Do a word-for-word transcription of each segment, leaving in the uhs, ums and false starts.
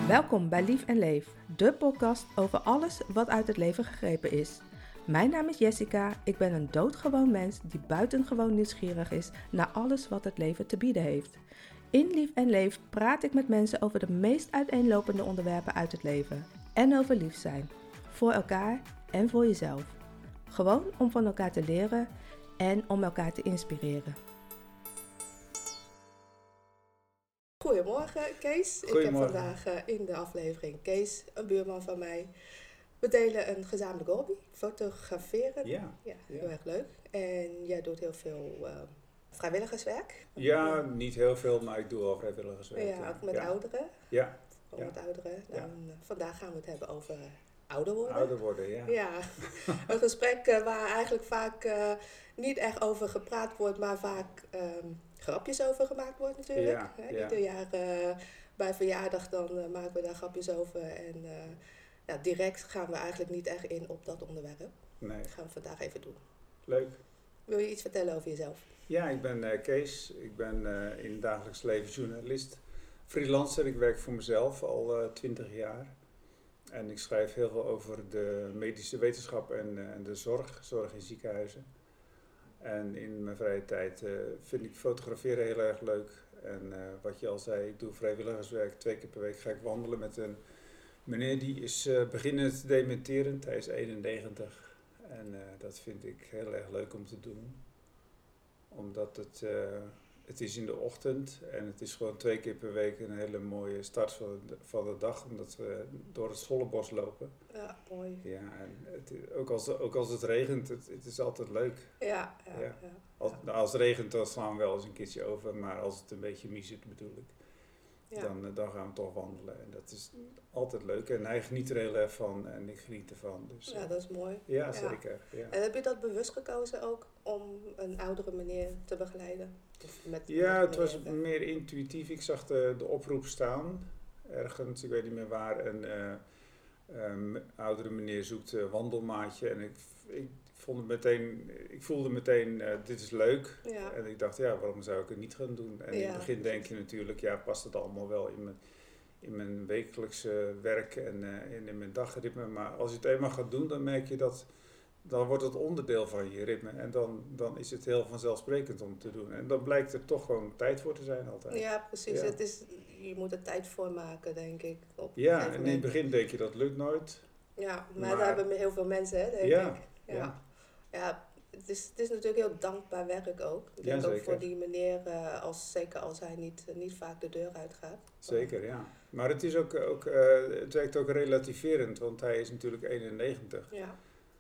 Welkom bij Lief en Leef, de podcast over alles wat uit het leven gegrepen is. Mijn naam is Jessica, ik ben een doodgewoon mens die buitengewoon nieuwsgierig is naar alles wat het leven te bieden heeft. In Lief en Leef praat ik met mensen over de meest uiteenlopende onderwerpen uit het leven. En over lief zijn, voor elkaar en voor jezelf. Gewoon om van elkaar te leren en om elkaar te inspireren. Goedemorgen Kees. Goedemorgen. Ik heb vandaag uh, in de aflevering Kees, een buurman van mij. We delen een gezamenlijke hobby, fotograferen. Ja. Ja, heel ja. erg leuk. En jij doet heel veel uh, vrijwilligerswerk. Ja, niet heel veel, maar ik doe wel vrijwilligerswerk. Ja, ook met ja. ouderen. Ja. Ook met ja. ouderen. Nou, ja. uh, vandaag gaan we het hebben over ouder worden. Ouder worden, ja. Ja, een gesprek uh, waar eigenlijk vaak uh, niet echt over gepraat wordt, maar vaak um, grapjes over gemaakt wordt natuurlijk. Ja, Hè? ja. Ieder jaar uh, bij verjaardag dan uh, maken we daar grapjes over. En uh, ja, direct gaan we eigenlijk niet echt in op dat onderwerp. Nee. Dat gaan we vandaag even doen. Leuk. Wil je iets vertellen over jezelf? Ja, ik ben uh, Kees. Ik ben uh, in het dagelijks leven journalist. Freelancer, ik werk voor mezelf al twintig uh, jaar. En ik schrijf heel veel over de medische wetenschap en, uh, en de zorg, zorg in ziekenhuizen. En in mijn vrije tijd uh, vind ik fotograferen heel erg leuk. En uh, wat je al zei, ik doe vrijwilligerswerk. Twee keer per week ga ik wandelen met een meneer die is uh, beginnend dementerend. Hij is eenennegentig. En uh, dat vind ik heel erg leuk om te doen. Omdat het, uh, het is in de ochtend en het is gewoon twee keer per week een hele mooie start van de, van de dag. Omdat we door het Schollebos lopen. Ja, mooi. Ja, en het, ook, als, ook als het regent, het, het is altijd leuk. Ja, ja. ja. ja. Als, nou, als het regent, dan slaan we wel eens een keertje over. Maar als het een beetje miezert, bedoel ik. Ja. Dan, dan gaan we toch wandelen. En dat is altijd leuk. En hij geniet er heel erg van en ik geniet ervan. Dus, ja, dat is mooi. Ja, ja. zeker. Ja. En heb je dat bewust gekozen ook om een oudere meneer te begeleiden? Of met, ja, met het was meer intuïtief. Ik zag de, de oproep staan. Ergens, ik weet niet meer waar. Een uh, um, oudere meneer zoekt een wandelmaatje. En ik, ik, vond het meteen, ik voelde meteen, uh, dit is leuk. Ja. En ik dacht, ja, waarom zou ik het niet gaan doen? En ja, in het begin denk je natuurlijk, ja, past het allemaal wel in mijn, in mijn wekelijkse werk en, uh, en in mijn dagritme. Maar als je het eenmaal gaat doen, dan merk je dat, dan wordt het onderdeel van je ritme. En dan, dan is het heel vanzelfsprekend om te doen. En dan blijkt er toch gewoon tijd voor te zijn altijd. Ja, precies. Ja. Het is, je moet er tijd voor maken, denk ik. Op ja, en in het begin denk je, dat lukt nooit. Ja, maar, maar daar hebben heel veel mensen, hè, denk ja, ik. Ja. ja. Ja, het is, het is natuurlijk heel dankbaar werk ook. Ik denk ja, ook voor die meneer, uh, als, zeker als hij niet, uh, niet vaak de deur uitgaat. Zeker, ja. Maar het, is ook, ook, uh, het werkt ook relativerend, want hij is natuurlijk eenennegentig. Ja.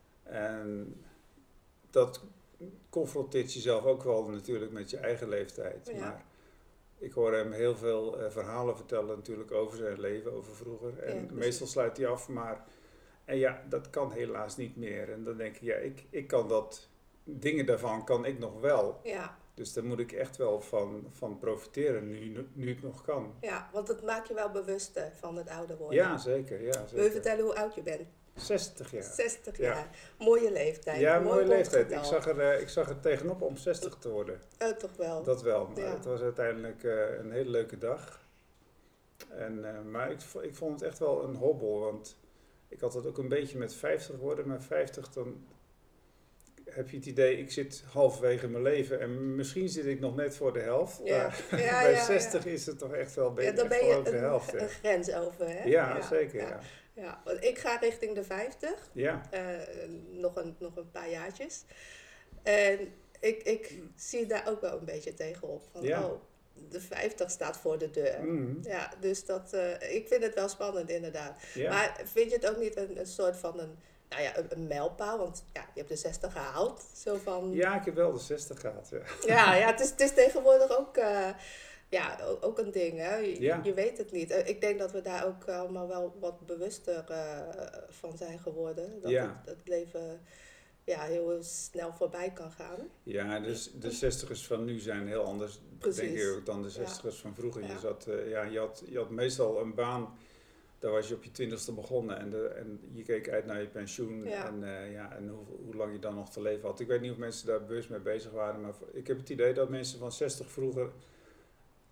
En dat confronteert jezelf ook wel natuurlijk met je eigen leeftijd. Ja. Maar ik hoor hem heel veel uh, verhalen vertellen natuurlijk over zijn leven, over vroeger. En ja, meestal sluit hij af, maar... En ja, dat kan helaas niet meer. En dan denk ik, ja, ik, ik kan dat, dingen daarvan kan ik nog wel. Ja. Dus daar moet ik echt wel van, van profiteren, nu, nu het nog kan. Ja, want dat maakt je wel bewust van het ouder worden. Ja, zeker. Ja, zeker. Wil je vertellen hoe oud je bent? zestig jaar. zestig ja. jaar. Mooie leeftijd. Ja, Mooi mooie leeftijd. Ik getal. zag, er, uh, ik zag er tegenop om zestig te worden. Oh, toch wel? Dat wel, maar ja. het was uiteindelijk uh, een hele leuke dag. En, uh, maar ik, ik vond het echt wel een hobbel, want... Ik had het ook een beetje met vijftig worden, maar vijftig dan heb je het idee, ik zit halverwege mijn leven en misschien zit ik nog net voor de helft. Ja. Maar Ja, bij ja, zestig ja. is het toch echt wel beter. Ja, dan ben je over de helft, een, ja. een grens over, hè? Ja, ja zeker, ja. ja. ja. Want ik ga richting de vijftig, ja. Uh, nog, een, nog een paar jaartjes. En ik, ik zie daar ook wel een beetje tegenop. Van, ja. oh, de vijftig staat voor de deur. Mm. Ja, dus dat, uh, ik vind het wel spannend inderdaad. Ja. Maar vind je het ook niet een, een soort van een, nou ja, een, een mijlpaal? Want ja, je hebt de zestig gehaald. Zo van... Ja, ik heb wel de zestig gehad. Ja, ja, ja het, is, het is tegenwoordig ook, uh, ja, ook een ding. Hè? Je, ja. je weet het niet. Uh, ik denk dat we daar ook allemaal wel wat bewuster uh, van zijn geworden. Dat ja. het, het leven... ja, heel, heel snel voorbij kan gaan. Ja, dus de zestigers van nu zijn heel anders, Precies. denk ik ook, dan de zestigers ja. van vroeger. Ja. Je, zat, uh, ja, je, had, je had meestal een baan, daar was je op je twintigste begonnen en, de, en je keek uit naar je pensioen ja. en, uh, ja, en hoe, hoe lang je dan nog te leven had. Ik weet niet of mensen daar bewust mee bezig waren, maar ik heb het idee dat mensen van zestig vroeger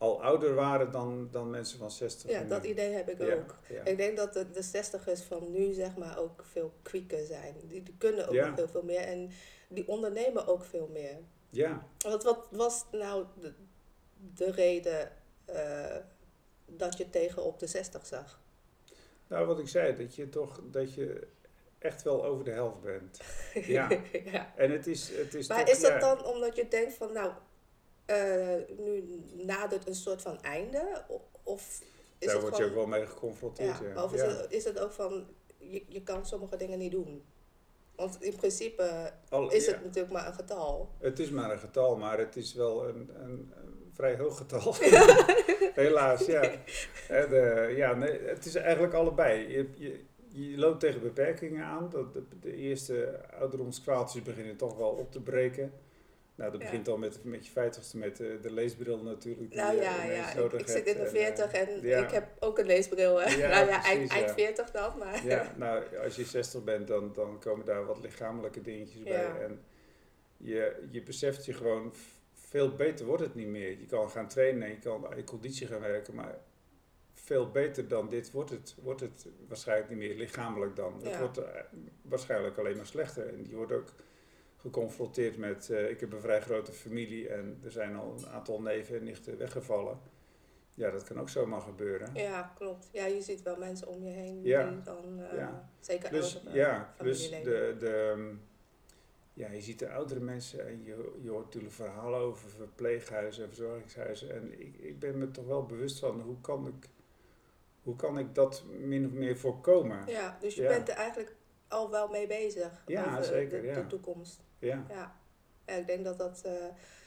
al ouder waren dan, dan mensen van zestig. Ja, dat idee heb ik ja, ook. Ja. Ik denk dat de, de zestigers van nu zeg maar ook veel kwieker zijn. Die, die kunnen ook Ja. nog heel veel meer en die ondernemen ook veel meer. Ja. Wat, wat was nou de, de reden uh, dat je tegenop de zestig zag? Nou, wat ik zei, dat je toch dat je echt wel over de helft bent. Ja. ja. En het is, het is maar toch, is dat ja, dan omdat je denkt van nou, uh, nu nadert een soort van einde? Of is daar het word gewoon, je ook wel mee geconfronteerd. Ja, Ja. Of is, ja. het, is het ook van, je, je kan sommige dingen niet doen? Want in principe Al, is ja. het natuurlijk maar een getal. Het is maar een getal, maar het is wel een, een, een vrij hoog getal. Helaas, ja. En, uh, ja nee, het is eigenlijk allebei. Je, je, je loopt tegen beperkingen aan. Dat de, de eerste ouderdomskwaaltjes beginnen toch wel op te breken. Nou, dat ja. begint al met, met je vijftigste met de, de leesbril natuurlijk. Die nou ja, je ja. nodig Ik, ik zit in de en, veertig en, uh, ja. ik heb ook een leesbril. Hè? Ja, nou ja, precies, eind, eind ja. veertig dan. Maar Ja, nou, als je zestig bent, dan, dan komen daar wat lichamelijke dingetjes bij. Ja. En je, je beseft je gewoon, veel beter wordt het niet meer. Je kan gaan trainen en je kan aan je conditie gaan werken, maar veel beter dan dit wordt het, wordt het waarschijnlijk niet meer, lichamelijk dan. Ja. Het wordt uh, waarschijnlijk alleen maar slechter. En je wordt ook geconfronteerd met, uh, ik heb een vrij grote familie en er zijn al een aantal neven en nichten weggevallen. Ja, dat kan ook zomaar gebeuren. Ja, klopt. Ja, je ziet wel mensen om je heen Ja. die dan, uh, Ja. zeker Plus, oudere ja, plus familieleden. de, de, ja, je ziet de oudere mensen en je, je hoort natuurlijk verhalen over verpleeghuizen en verzorgingshuizen. En ik, ik ben me toch wel bewust van, hoe kan ik, hoe kan ik dat min of meer voorkomen? Ja, dus je Ja. bent er eigenlijk al wel mee bezig Ja, over zeker, de, ja. de toekomst. Ja, Ja. Ja, ik denk dat dat... Uh,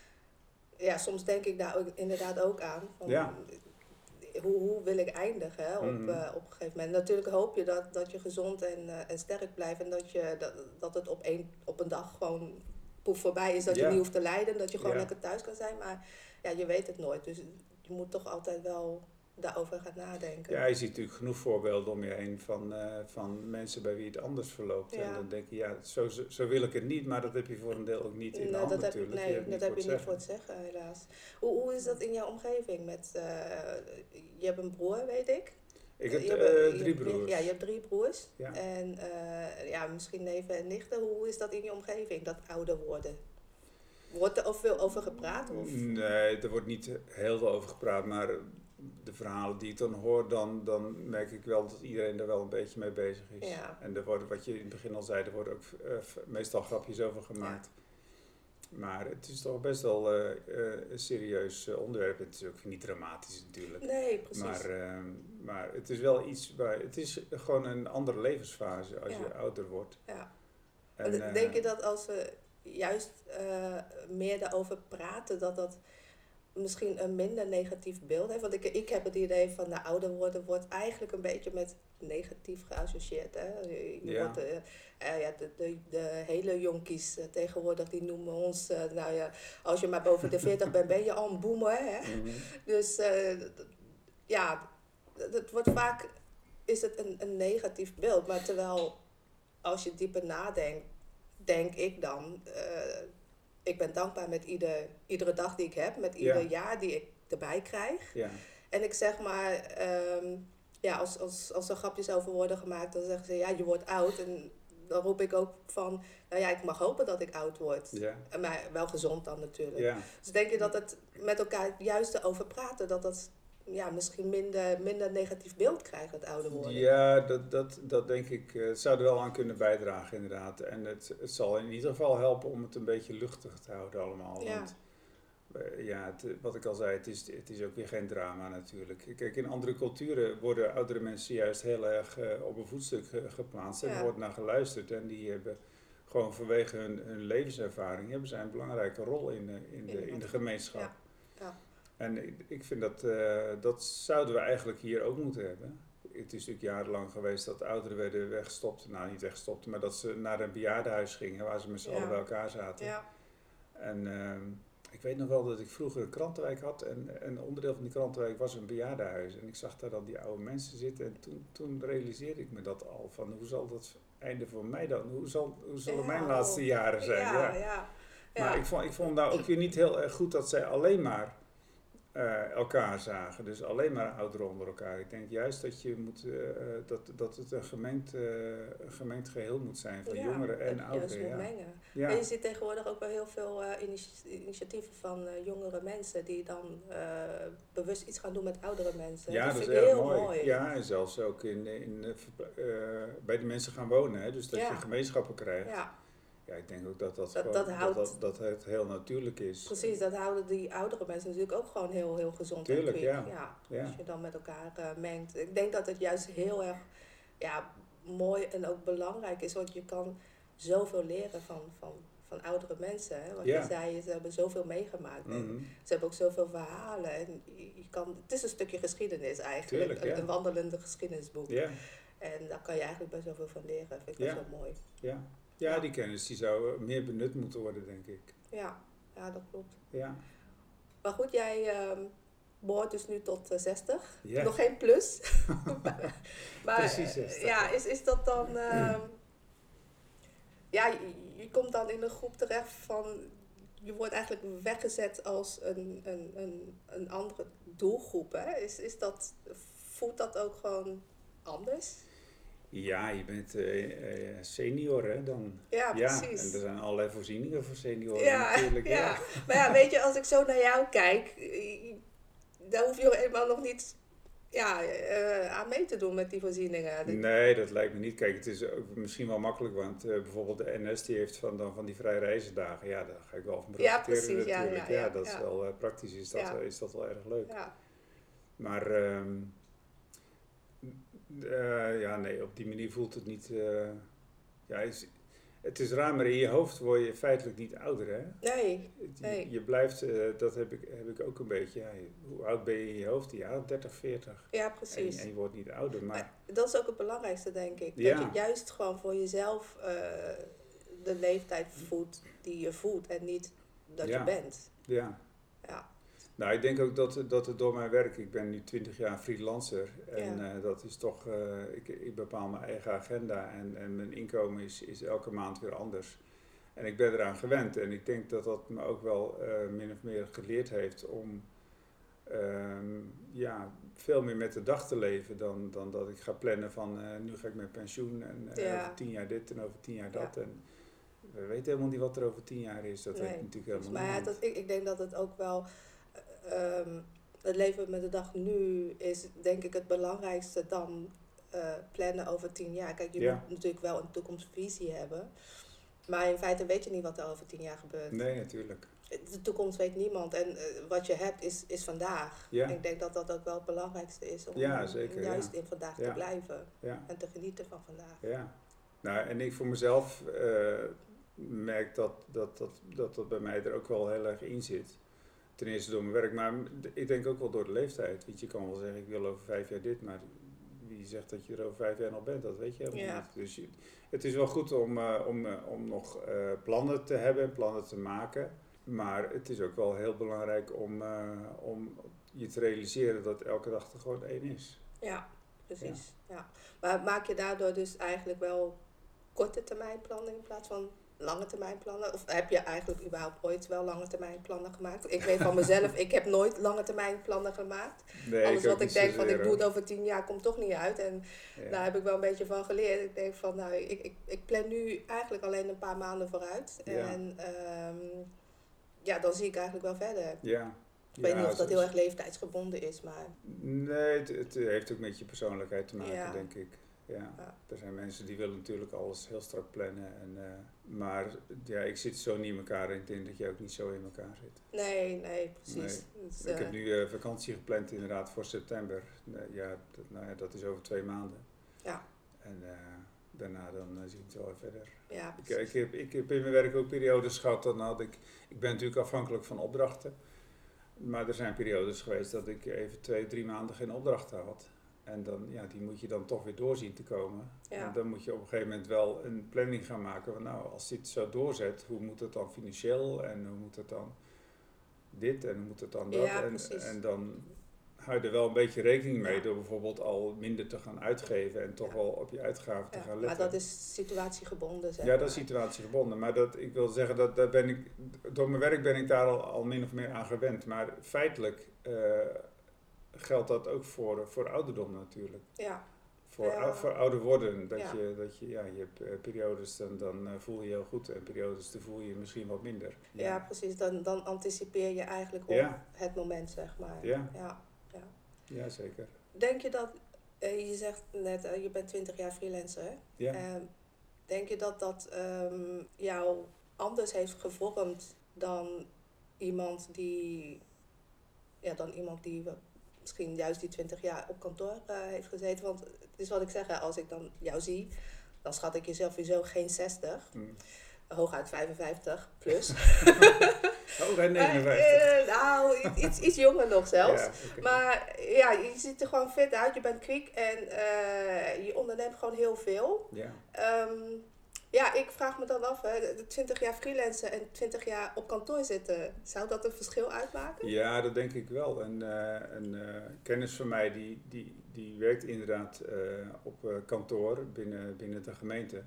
ja, soms denk ik daar ook, inderdaad ook aan. Van, Ja. Hoe, hoe wil ik eindigen hè, op, Mhm. uh, op een gegeven moment. Natuurlijk hoop je dat, dat je gezond en, uh, en sterk blijft. En dat, je, dat, dat het op, een, op een dag gewoon poef voorbij is. Dat Ja. je niet hoeft te lijden. Dat je gewoon Ja. lekker thuis kan zijn. Maar ja, je weet het nooit. Dus je moet toch altijd wel daarover gaan nadenken. ja, je ziet natuurlijk genoeg voorbeelden om je heen van, uh, van mensen bij wie het anders verloopt. Ja. En dan denk je, ja, zo, zo wil ik het niet, maar dat heb je voor een deel ook niet in de Nee, hand dat heb, natuurlijk. nee, Je hebt dat niet heb je voor niet het voor het zeggen, helaas. Hoe, hoe is dat in jouw omgeving? Met, uh, je hebt een broer, weet ik. Ik heb Je uh, hebt- je drie hebt- broers. Ja, je hebt drie broers. Ja. En uh, ja, misschien neven en nichten. Hoe is dat in je omgeving, dat ouder worden? Wordt er ook veel over gepraat? Of? Nee, er wordt niet heel veel over gepraat, maar de verhalen die ik dan hoor, dan, dan merk ik wel dat iedereen er wel een beetje mee bezig is. Ja. En er worden, wat je in het begin al zei, er worden ook uh, meestal grapjes over gemaakt. Ja. Maar het is toch best wel uh, uh, een serieus uh, onderwerp. Het is ook niet dramatisch natuurlijk. Nee, precies. Maar, uh, maar het is wel iets waar, het is gewoon een andere levensfase als Ja. je ouder wordt. Ja. En, uh, Denk je dat als we juist uh, meer daarover praten, dat dat misschien een minder negatief beeld heeft? Want ik, ik heb het idee van de ouder worden wordt eigenlijk een beetje met negatief geassocieerd. Hè? Je, je Ja. wordt, uh, uh, ja, de, de, de hele jonkies uh, tegenwoordig, die noemen ons, uh, nou ja, als je maar boven de veertig bent, ben je al een boomer. Hè? Mm-hmm. Dus uh, d- ja, het wordt vaak, is het een, een negatief beeld. Maar terwijl, als je dieper nadenkt, denk ik dan, uh, ik ben dankbaar met ieder, iedere dag die ik heb, met ieder Ja. jaar die ik erbij krijg. Ja. En ik zeg maar, um, ja, als, als, als er grapjes over worden gemaakt, dan zeggen ze, ja, je wordt oud. En dan roep ik ook van, nou ja, ik mag hopen dat ik oud word. Ja. Maar wel gezond dan natuurlijk. Ja. Dus denk je dat het met elkaar juist erover praten, dat dat ja, misschien minder, minder negatief beeld krijgt, het ouder worden? Ja, dat, dat, dat denk ik, uh, het zou er wel aan kunnen bijdragen inderdaad. En het, het zal in ieder geval helpen om het een beetje luchtig te houden allemaal. Ja. Want uh, ja, het, wat ik al zei, het is, het is ook weer geen drama natuurlijk. Kijk, in andere culturen worden oudere mensen juist heel erg uh, op een voetstuk ge, geplaatst. En Ja. er wordt naar geluisterd en die hebben gewoon vanwege hun, hun levenservaring hebben zij een belangrijke rol in, uh, in, de, in de gemeenschap. Ja. Ja. En ik, ik vind dat, uh, dat zouden we eigenlijk hier ook moeten hebben. Het is natuurlijk jarenlang geweest dat ouderen werden weggestopt. Nou, niet weggestopt, maar dat ze naar een bejaardenhuis gingen waar ze met z'n Ja. allen bij elkaar zaten. Ja. En uh, ik weet nog wel dat ik vroeger een krantenwijk had en een onderdeel van die krantenwijk was een bejaardenhuis. En ik zag daar dan die oude mensen zitten en toen, toen realiseerde ik me dat al van hoe zal dat einde voor mij dan, hoe, zal, hoe zullen Ja, mijn laatste jaren zijn? Ja, ja. Ja. Maar ik vond, ik vond nou ook weer niet heel erg goed dat zij alleen maar uh, elkaar zagen. Dus alleen maar ouderen onder elkaar. Ik denk juist dat, je moet, uh, dat, dat het een gemengd, uh, een gemengd geheel moet zijn van ja, jongeren en ouderen. Moet ja. mengen. Ja. En je ziet tegenwoordig ook wel heel veel uh, initiatieven van uh, jongere mensen die dan uh, bewust iets gaan doen met oudere mensen. Ja, dat, dat vind is ik heel heel mooi. mooi. Ja, en zelfs ook in, in, uh, bij de mensen gaan wonen. Hè? Dus dat ja. je gemeenschappen krijgt. Ja. Ja, ik denk ook dat dat, dat, gewoon, dat, dat, houdt, dat, dat het heel natuurlijk is. Precies, dat houden die oudere mensen natuurlijk ook gewoon heel, heel gezond Tuurlijk, en ja. ja. ja. Als je dan met elkaar uh, mengt. Ik denk dat het juist heel erg ja, mooi en ook belangrijk is, want je kan zoveel leren van, van, van oudere mensen. Hè? Want ja. je zei, ze hebben zoveel meegemaakt. Mm-hmm. En ze hebben ook zoveel verhalen. En je, je kan, het is een stukje geschiedenis eigenlijk. Tuurlijk, ja. een, een wandelende geschiedenisboek. Ja. En daar kan je eigenlijk best wel veel van leren. Vind ik ja. best wel mooi. Ja. Ja, ja, die kennis die zou meer benut moeten worden, denk ik. Ja, ja dat klopt. Ja. Maar goed, jij um, behoort dus nu tot uh, zestig. Ja. Nog geen plus. maar Precies zestig. Ja, is, is dat dan... Uh, ja, je, je komt dan in een groep terecht van... Je wordt eigenlijk weggezet als een, een, een, een andere doelgroep. Hè? Is, is dat, voelt dat ook gewoon anders? Ja, je bent uh, uh, senior, hè, dan. Ja, ja, precies. En er zijn allerlei voorzieningen voor senioren ja, natuurlijk. Ja. ja, maar ja, weet je, als ik zo naar jou kijk, daar hoef je helemaal nog niet ja, uh, aan mee te doen met die voorzieningen. Nee, dat lijkt me niet. Kijk, het is ook misschien wel makkelijk, want uh, bijvoorbeeld de N S die heeft van, dan van die vrij reizendagen. Ja, daar ga ik wel van profiteren ja, precies, natuurlijk. Ja, ja, ja, ja, dat ja. is wel uh, praktisch, is dat, ja. is dat wel erg leuk. Ja. Maar... Um, Uh, ja, nee, op die manier voelt het niet... Uh, ja, is, het is raar, maar in je hoofd word je feitelijk niet ouder, hè? Nee, nee. Je, je blijft, uh, dat heb ik, heb ik ook een beetje... Ja, hoe oud ben je in je hoofd? Ja, dertig, veertig. Ja, precies. En, en je wordt niet ouder, maar... maar... Dat is ook het belangrijkste, denk ik. Ja. Dat je juist gewoon voor jezelf uh, de leeftijd voelt die je voelt en niet dat ja. je bent. Ja. Ja. Nou, ik denk ook dat, dat het door mijn werk, ik ben nu twintig jaar freelancer en ja. uh, dat is toch, uh, ik, ik bepaal mijn eigen agenda en, en mijn inkomen is, is elke maand weer anders. En ik ben eraan gewend en ik denk dat dat me ook wel uh, min of meer geleerd heeft om um, ja, veel meer met de dag te leven dan, dan dat ik ga plannen van uh, nu ga ik met pensioen en uh, ja. over tien jaar dit en over tien jaar dat. Ja. En we weten helemaal niet wat er over tien jaar is, dat nee. weet ik natuurlijk helemaal maar niet. Maar ja, dat, ik, ik denk dat het ook wel... Um, het leven met de dag nu is denk ik het belangrijkste dan uh, plannen over tien jaar. Kijk, je ja. moet natuurlijk wel een toekomstvisie hebben. Maar in feite weet je niet wat er over tien jaar gebeurt. Nee, natuurlijk. De toekomst weet niemand. En uh, wat je hebt is, is vandaag. Ja. En ik denk dat dat ook wel het belangrijkste is. Om ja, zeker, juist ja. in vandaag ja. te blijven. Ja. En te genieten van vandaag. Ja. Nou, en ik voor mezelf uh, merk dat dat, dat dat dat bij mij er ook wel heel erg in zit. Ten eerste door mijn werk, maar ik denk ook wel door de leeftijd. Want je kan wel zeggen, ik wil over vijf jaar dit, maar wie zegt dat je er over vijf jaar nog bent, dat weet je helemaal ja. niet. Dus je, het is wel goed om, uh, om, uh, om nog uh, plannen te hebben, plannen te maken. Maar het is ook wel heel belangrijk om, uh, om je te realiseren dat elke dag er gewoon één is. Ja, precies. Ja. Ja. Maar maak je daardoor dus eigenlijk wel korte termijn plannen in plaats van... lange termijn plannen? Of heb je eigenlijk überhaupt ooit wel lange termijn plannen gemaakt? Ik weet van mezelf, ik heb nooit lange termijn plannen gemaakt. Nee, Alles ik wat ik denk zozeer, van ik doe het over tien jaar komt toch niet uit. En ja. daar heb ik wel een beetje van geleerd. Ik denk van nou, ik, ik, ik plan nu eigenlijk alleen een paar maanden vooruit. Ja. En um, ja, dan zie ik eigenlijk wel verder. Ja. Ik weet ja, niet of dat is... heel erg leeftijdsgebonden is, maar... Nee, het, het heeft ook met je persoonlijkheid te maken, ja. denk ik. Ja. Ja. Er zijn mensen die willen natuurlijk alles heel strak plannen. En, uh, maar ja, ik zit zo niet in elkaar en ik denk dat je ook niet zo in elkaar zit. Nee, nee, precies. Nee. Dus, ik uh, heb nu uh, vakantie gepland inderdaad voor september. Uh, ja, dat, nou ja, dat is over twee maanden. Ja. En uh, daarna dan uh, zie ik het wel verder. Ja, ik, ik, heb, ik heb in mijn werk ook periodes gehad, dan had ik, ik ben natuurlijk afhankelijk van opdrachten. Maar er zijn periodes geweest dat ik even twee, drie maanden geen opdrachten had. En dan, ja, die moet je dan toch weer doorzien te komen. Ja. En dan moet je op een gegeven moment wel een planning gaan maken van nou, als dit zo doorzet, hoe moet het dan financieel en hoe moet het dan dit en hoe moet het dan dat? Ja, en, en dan hou je er wel een beetje rekening mee ja. door bijvoorbeeld al minder te gaan uitgeven en toch ja. wel op je uitgaven te ja, gaan letten. Maar dat is situatiegebonden, zeg Ja, maar. dat is situatiegebonden. Maar dat, ik wil zeggen, dat, dat ben ik, door mijn werk ben ik daar al, al min of meer aan gewend. Maar feitelijk uh, geldt dat ook voor, voor ouderdom natuurlijk. Ja. Voor, Ja. ou, voor ouder worden, dat, Ja. je, dat je, ja, je hebt uh, periodes, dan, dan uh, voel je je heel goed en periodes, dan voel je je misschien wat minder. Ja, ja precies. Dan, dan anticipeer je eigenlijk op ja. het moment, zeg maar. Ja, ja. ja. ja zeker. Denk je dat, uh, je zegt net, uh, je bent twintig jaar freelancer, hè? Ja. Uh, denk je dat dat um, jou anders heeft gevormd dan iemand die, ja, dan iemand die misschien juist die twintig jaar op kantoor uh, heeft gezeten? Want het is wat ik zeg, hè, als ik dan jou zie, dan schat ik jezelf sowieso geen zestig. Mm. Hooguit vijfenvijftig plus. Oh, bij negenenvijftig. Uh, nou, iets, iets jonger nog zelfs. Ja, okay. Maar ja, je ziet er gewoon fit uit. Je bent kwiek en uh, je onderneemt gewoon heel veel. Ja. Um, ja, ik vraag me dan af, hè, de twintig jaar freelancen en twintig jaar op kantoor zitten, zou dat een verschil uitmaken? Ja, dat denk ik wel. En uh, een uh, kennis van mij die, die, die werkt inderdaad uh, op uh, kantoor binnen, binnen de gemeente.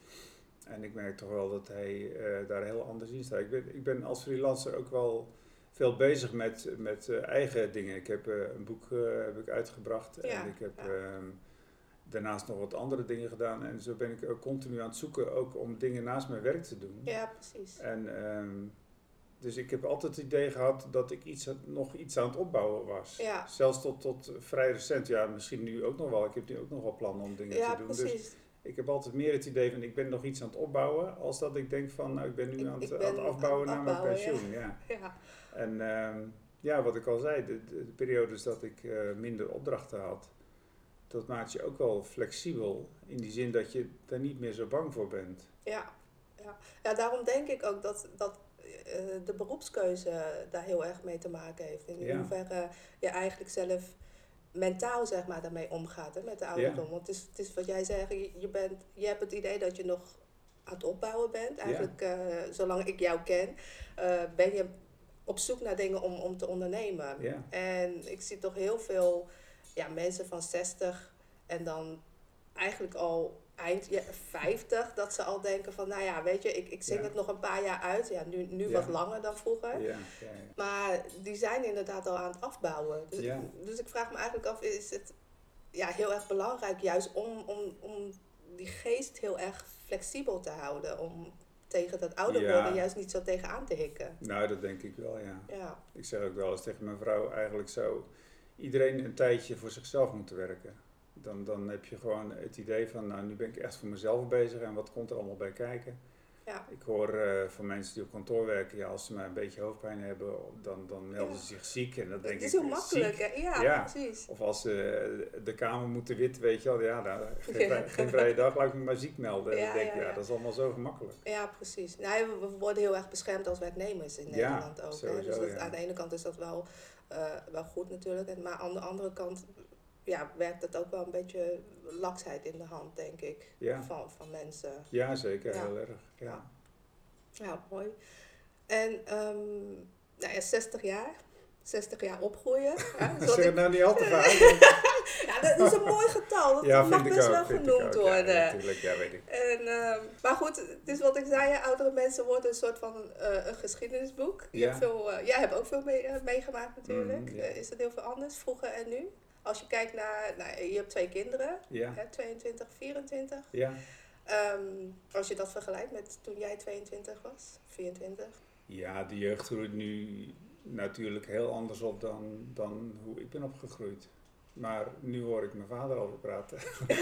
En ik merk toch wel dat hij uh, daar heel anders in staat. Ik ben, ik ben als freelancer ook wel veel bezig met, met uh, eigen dingen. Ik heb uh, een boek uh, heb ik uitgebracht ja, en ik heb ja. uh, daarnaast nog wat andere dingen gedaan. En zo ben ik ook continu aan het zoeken ook om dingen naast mijn werk te doen. Ja, precies. En, um, dus ik heb altijd het idee gehad dat ik iets, nog iets aan het opbouwen was. Ja. Zelfs tot, tot vrij recent. Ja, misschien nu ook nog wel. Ik heb nu ook nog wel plannen om dingen ja, te doen. Precies. Dus ik heb altijd meer het idee van ik ben nog iets aan het opbouwen, als dat ik denk van nou ik ben nu ik, aan, het, aan het afbouwen naar mijn pensioen. Ja. Ja. Ja. En um, ja, wat ik al zei, de, de, de periodes dat ik uh, minder opdrachten had, dat maakt je ook wel flexibel in die zin dat je daar niet meer zo bang voor bent. Ja, ja. ja daarom denk ik ook dat, dat uh, de beroepskeuze daar heel erg mee te maken heeft. In ja. hoeverre je eigenlijk zelf mentaal zeg maar daarmee omgaat, hè, met de ouderdom. Ja. Want het is, het is wat jij zegt, je, je, bent, je hebt het idee dat je nog aan het opbouwen bent. Eigenlijk, ja. uh, zolang ik jou ken, uh, ben je op zoek naar dingen om, om te ondernemen. Ja. En ik zie toch heel veel ja, mensen van zestig en dan eigenlijk al eind ja, vijftig, dat ze al denken van, nou ja, weet je, ik, ik zing ja. het nog een paar jaar uit. Ja, nu, nu ja. wat langer dan vroeger. Ja, ja, ja. Maar die zijn inderdaad al aan het afbouwen. Dus, ja. dus ik vraag me eigenlijk af, is het ja, heel erg belangrijk juist om, om, om die geest heel erg flexibel te houden. Om tegen dat ouder ja. worden juist niet zo tegenaan te hikken. Nou, dat denk ik wel, ja. ja. Ik zeg ook wel eens tegen mijn vrouw eigenlijk zo, iedereen een tijdje voor zichzelf moeten werken. Dan, dan heb je gewoon het idee van, nou nu ben ik echt voor mezelf bezig en wat komt er allemaal bij kijken. Ja. Ik hoor uh, van mensen die op kantoor werken, ja, als ze maar een beetje hoofdpijn hebben, dan, dan melden ja. ze zich ziek. En dat denk het is ik, heel makkelijk, hè? Ja, ja, precies. Of als ze uh, de kamer moeten wit, weet je wel, ja, nou, geen, vrij, geen vrije dag, laat ik me maar ziek melden. Ja, ik denk, ja, ja. ja, dat is allemaal zo gemakkelijk. Ja, precies. Nou, we, we worden heel erg beschermd als werknemers in Nederland ja, ook. Sowieso, hè? Dus dat, ja. aan de ene kant is dat wel, uh, wel goed natuurlijk, maar aan de andere kant ja, werkt het ook wel een beetje laksheid in de hand, denk ik, ja. van, van mensen. Ja, zeker, ja. heel erg. Ja, ja mooi. En um, nou ja, zestig jaar. zestig jaar opgroeien. Ja, zeg het nou niet al te vaak. Ja, dat is een mooi getal. Dat ja, mag vind best ik ook, wel genoemd worden. Ja, natuurlijk, ja, weet ik. En, um, maar goed, het is wat ik zei, ja, oudere mensen worden een soort van uh, een geschiedenisboek. Je ja. hebt veel, uh, jij hebt ook veel mee, uh, meegemaakt natuurlijk. Mm, ja. uh, is dat heel veel anders, vroeger en nu? Als je kijkt naar, nou, je hebt twee kinderen, ja. hè, tweeëntwintig, vierentwintig. Ja. Um, als je dat vergelijkt met toen jij tweeëntwintig was, vierentwintig. Ja, de jeugd groeit nu natuurlijk heel anders op dan, dan hoe ik ben opgegroeid. Maar nu hoor ik mijn vader over praten.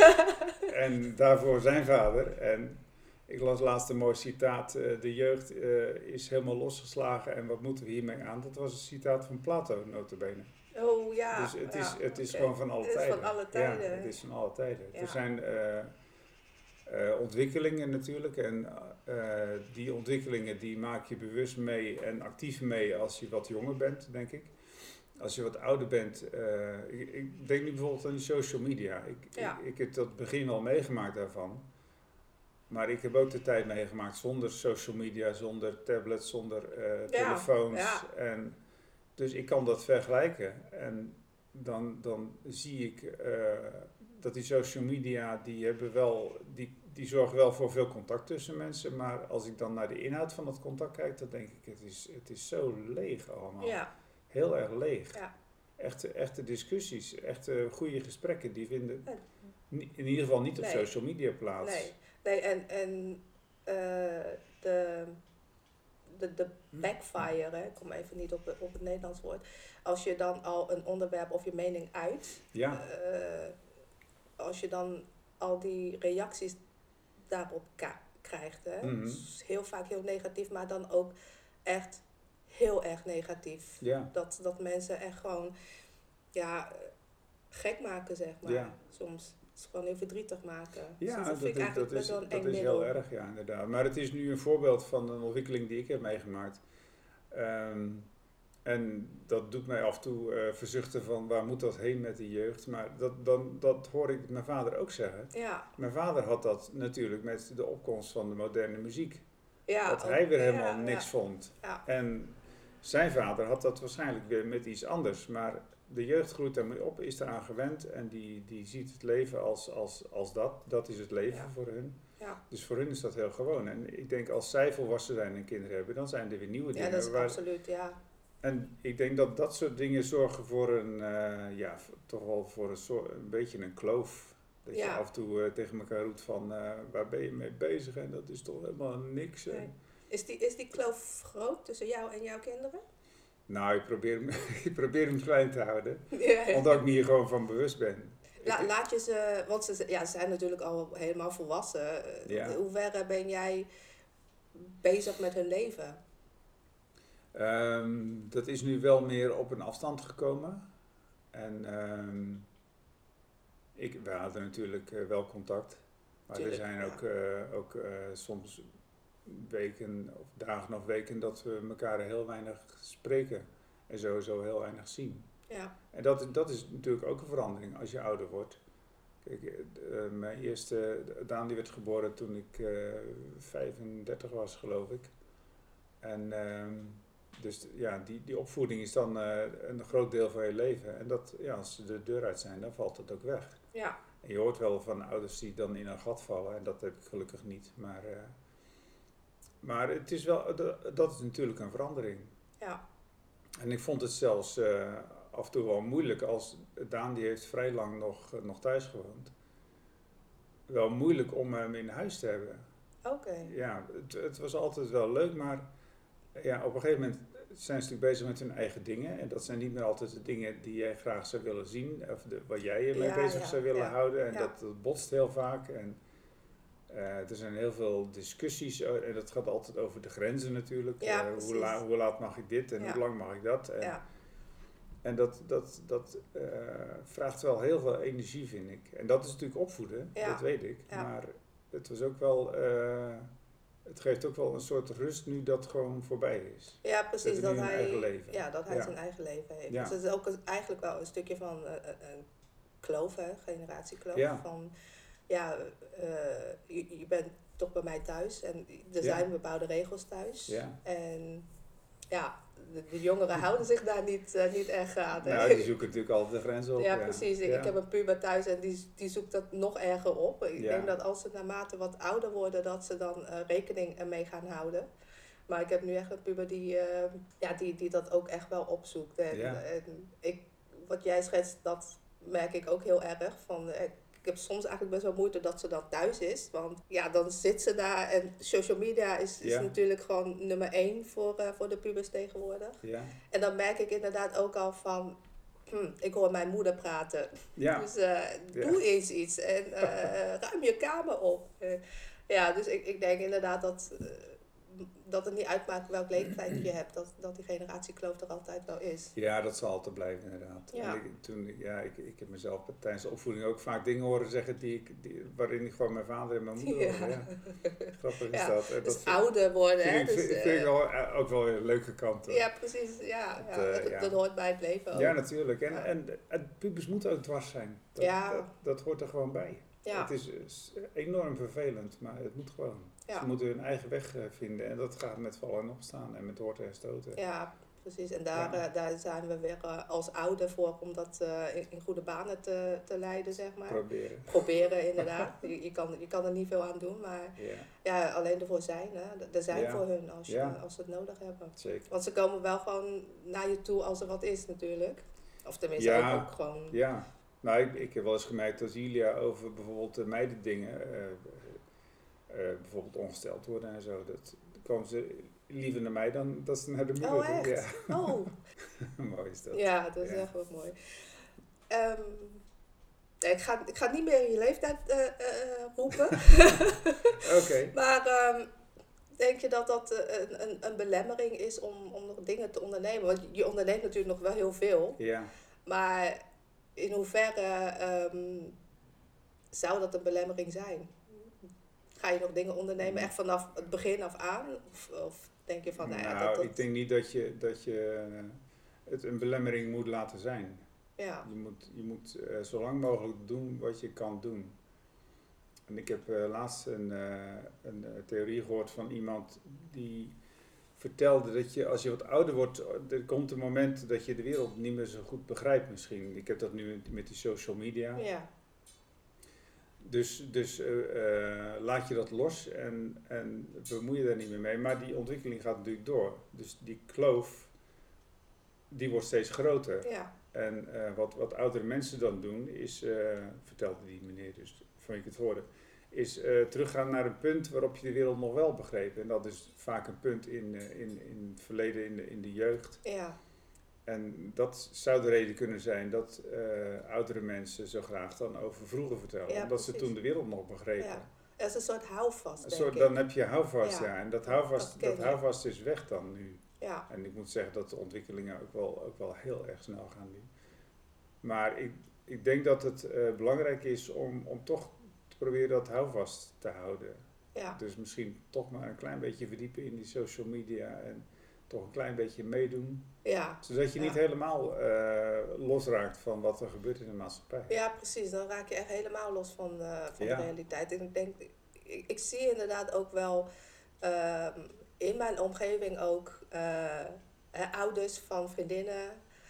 En daarvoor zijn vader. En ik las laatst een mooi citaat. Uh, de jeugd uh, is helemaal losgeslagen en wat moeten we hiermee aan? Dat was een citaat van Plato, nota bene. Oh ja. Dus het is, ja, het is okay. gewoon van alle het tijden. Is van alle tijden. Ja, het is van alle tijden. Ja. Er zijn uh, uh, ontwikkelingen natuurlijk. En uh, die ontwikkelingen die maak je bewust mee en actief mee als je wat jonger bent, denk ik. Als je wat ouder bent, uh, ik, ik denk nu bijvoorbeeld aan die social media. Ik, ja. ik, ik heb dat begin al meegemaakt daarvan. Maar ik heb ook de tijd meegemaakt zonder social media, zonder tablets, zonder uh, ja. telefoons. Ja. En dus ik kan dat vergelijken. En dan, dan zie ik uh, dat die social media, die hebben wel, die, die zorgen wel voor veel contact tussen mensen. Maar als ik dan naar de inhoud van dat contact kijk, dan denk ik, het is, het is zo leeg allemaal. Ja. Heel erg leeg. Ja. echte, echte discussies, echte goede gesprekken, die vinden in ieder geval niet op Nee. social media plaats. Nee, nee en, en uh, de, de, de backfire, hè, ik kom even niet op, op het Nederlands woord. Als je dan al een onderwerp of je mening uit, Ja. Uh, als je dan al die reacties daarop ka- krijgt, hè, Mm-hmm. dus heel vaak heel negatief, maar dan ook echt heel erg negatief. Ja. Dat, dat mensen echt gewoon ja, gek maken, zeg maar, ja. soms. Het is gewoon heel verdrietig maken. Ja, dus dat, dat, vind ik is, eigenlijk dat, best is, wel een dat eng is middel. heel erg, ja, inderdaad. Maar het is nu een voorbeeld van een ontwikkeling die ik heb meegemaakt. Um, en dat doet mij af en toe uh, verzuchten van waar moet dat heen met de jeugd. Maar dat, dan, dat hoor ik mijn vader ook zeggen. Ja. Mijn vader had dat natuurlijk met de opkomst van de moderne muziek. Ja, dat ook, hij weer helemaal ja, niks ja. vond. Ja. En zijn vader had dat waarschijnlijk weer met iets anders. Maar de jeugd groeit daarmee op, is eraan gewend. En die, die ziet het leven als, als, als dat. Dat is het leven Ja. voor hun. Ja. Dus voor hun is dat heel gewoon. En ik denk als zij volwassen zijn en kinderen hebben, dan zijn er weer nieuwe dingen. Ja, dat is waar, absoluut, ja. En ik denk dat dat soort dingen zorgen voor een, uh, ja, toch wel voor een, soort, een beetje een kloof. Dat Ja. je af en toe uh, tegen elkaar roept van, uh, waar ben je mee bezig? En dat is toch helemaal niks. Nee. Is, die, is die kloof groot tussen jou en jouw kinderen? Nou, ik probeer hem, ik probeer hem klein te houden. Ja. Omdat ik me hier gewoon van bewust ben. La, laat je ze, want ze, ja, ze zijn natuurlijk al helemaal volwassen. Ja. In hoeverre ben jij bezig met hun leven? Um, dat is nu wel meer op een afstand gekomen. En um, ik, we hadden natuurlijk uh, wel contact. Maar Tuurlijk, er zijn ja. ook, uh, ook uh, soms weken of dagen of weken dat we elkaar heel weinig spreken. En sowieso heel weinig zien. Ja. En dat, dat is natuurlijk ook een verandering als je ouder wordt. Kijk, uh, mijn eerste, Daan die werd geboren toen ik uh, vijfendertig was, geloof ik. En um, dus ja, die, die opvoeding is dan uh, een groot deel van je leven. En dat, ja, als ze de deur uit zijn, dan valt het ook weg. Ja. En je hoort wel van ouders die dan in een gat vallen. En dat heb ik gelukkig niet. Maar, uh, maar het is wel, dat is natuurlijk een verandering. Ja. En ik vond het zelfs uh, af en toe wel moeilijk als Daan, die heeft vrij lang nog, uh, nog thuis gewoond. Wel moeilijk om hem in huis te hebben. Oké. Okay. Ja, het, het was altijd wel leuk, maar ja, op een gegeven moment zijn ze natuurlijk bezig met hun eigen dingen. En dat zijn niet meer altijd de dingen die jij graag zou willen zien. Of de, waar jij je mee ja, bezig ja, zou willen ja, houden. En ja. dat, dat botst heel vaak. En uh, er zijn heel veel discussies. En dat gaat altijd over de grenzen natuurlijk. Ja, uh, hoe, la, hoe laat mag ik dit en ja. hoe lang mag ik dat. En, ja. en dat, dat, dat uh, vraagt wel heel veel energie, vind ik. En dat is natuurlijk opvoeden, ja. dat weet ik. Ja. Maar het was ook wel... Uh, Het geeft ook wel een soort rust nu dat gewoon voorbij is. Ja, precies. Dat, dat hij, hij, eigen leven. Ja, dat hij ja. zijn eigen leven heeft. Ja. Dus het is ook een, eigenlijk wel een stukje van uh, een kloof, hè, generatiekloof. Ja. Van, ja, uh, je, je bent toch bij mij thuis en er ja. zijn bepaalde regels thuis. Ja. En ja, de, de jongeren houden zich daar niet, uh, niet erg aan. Nou, die zoeken natuurlijk altijd de grens op. Ja, ja. precies. Ja. Ik heb een puber thuis en die, die zoekt dat nog erger op. Ik ja. denk dat als ze naarmate wat ouder worden, dat ze dan uh, rekening ermee gaan houden. Maar ik heb nu echt een puber die, uh, ja, die, die dat ook echt wel opzoekt. En, ja. en ik, wat jij schetst, dat merk ik ook heel erg. Van, uh, ik heb soms eigenlijk best wel moeite dat ze dan thuis is. Want ja, dan zit ze daar en social media is, is ja. natuurlijk gewoon nummer één voor, uh, voor de pubers tegenwoordig. Ja. En dan merk ik inderdaad ook al van... Hm, ik hoor mijn moeder praten. Ja. Dus uh, doe ja. eens iets en uh, ruim je kamer op. Uh, ja, dus ik, ik denk inderdaad dat, uh, dat het niet uitmaakt welk leeftijd je hebt. Dat, dat die generatiekloof er altijd wel is. Ja, dat zal altijd blijven inderdaad. Ja. En ik, toen, ja, ik, ik heb mezelf tijdens de opvoeding ook vaak dingen horen zeggen die ik, die, waarin ik gewoon mijn vader en mijn moeder ja. hoorde. Ja. Grappig is ja. dat. En dus dat ouder worden. Vind hè? ik, Dus, vind, vind ik wel, uh, ook wel weer een leuke kant. Ja, precies. Ja, dat, ja, uh, dat, ja. dat hoort bij het leven ook. Ja, natuurlijk. En, ja. en, en pubers moeten ook dwars zijn. Dat, ja. dat, dat hoort er gewoon bij. Ja. Het is, is enorm vervelend, maar het moet gewoon. Ja. Ze moeten hun eigen weg uh, vinden en dat gaat met vallen en opstaan en met horten en stoten. Ja, precies. En daar, ja. uh, daar zijn we weer uh, als ouder voor om dat uh, in, in goede banen te, te leiden, zeg maar. Proberen. Proberen, inderdaad. je, je, kan, je kan er niet veel aan doen, maar ja, ja, alleen ervoor zijn. Hè. Er zijn ja. voor hun als, je, ja. als ze het nodig hebben. Zeker. Want ze komen wel gewoon naar je toe als er wat is, natuurlijk. Of tenminste Ja, ook, ook gewoon... Ja, nou ik, ik heb wel eens gemerkt als Julia over bijvoorbeeld de meidendingen, uh, uh, bijvoorbeeld ongesteld worden en zo, dat dan komen ze liever naar mij dan dat ze naar de moeder Oh, echt? Ja. Oh. Mooi is dat. Ja, dat is Ja. echt wel mooi. Um, ik, ga, ik ga niet meer in je leeftijd uh, uh, roepen. Oké. Okay. Maar um, denk je dat dat uh, een, een, een belemmering is om, om nog dingen te ondernemen? Want je onderneemt natuurlijk nog wel heel veel. Ja. Maar in hoeverre um, zou dat een belemmering zijn? Ga je nog dingen ondernemen echt vanaf het begin af aan? Of, of denk je van... Nou, nou, dat, dat... ik denk niet dat je, dat je het een belemmering moet laten zijn. Ja. Je moet, je moet uh, zo lang mogelijk doen wat je kan doen. En ik heb uh, laatst een, uh, een uh, theorie gehoord van iemand die vertelde dat je als je wat ouder wordt, er komt een moment dat je de wereld niet meer zo goed begrijpt misschien. Ik heb dat nu met die social media. Ja. Dus, dus uh, uh, laat je dat los en, en bemoei je daar niet meer mee. Maar die ontwikkeling gaat natuurlijk door. Dus die kloof, die wordt steeds groter. Ja. En uh, wat, wat oudere mensen dan doen, is, uh, vertelde die meneer dus, van ik het hoorde, is uh, teruggaan naar een punt waarop je de wereld nog wel begreep. En dat is vaak een punt in, uh, in, in het verleden, in de, in de jeugd. Ja. En dat zou de reden kunnen zijn dat uh, oudere mensen zo graag dan over vroeger vertellen. Ja, omdat precies. ze toen de wereld nog begrepen. Ja. Dat is een soort houvast, Een denk soort, ik. dan heb je houvast, ja. Ja. En dat houvast, Dat dat houvast is weg dan nu. Ja. En ik moet zeggen dat de ontwikkelingen ook wel, ook wel heel erg snel gaan nu. Maar ik, ik denk dat het uh, belangrijk is om, om toch te proberen dat houvast te houden. Ja. Dus misschien toch maar een klein beetje verdiepen in die social media en toch een klein beetje meedoen. Ja. Zodat je Ja. niet helemaal uh, losraakt van wat er gebeurt in de maatschappij. Ja, precies. Dan raak je echt helemaal los van, uh, van ja. de realiteit. En ik denk, ik, ik zie inderdaad ook wel uh, in mijn omgeving ook uh, uh, ouders van vriendinnen.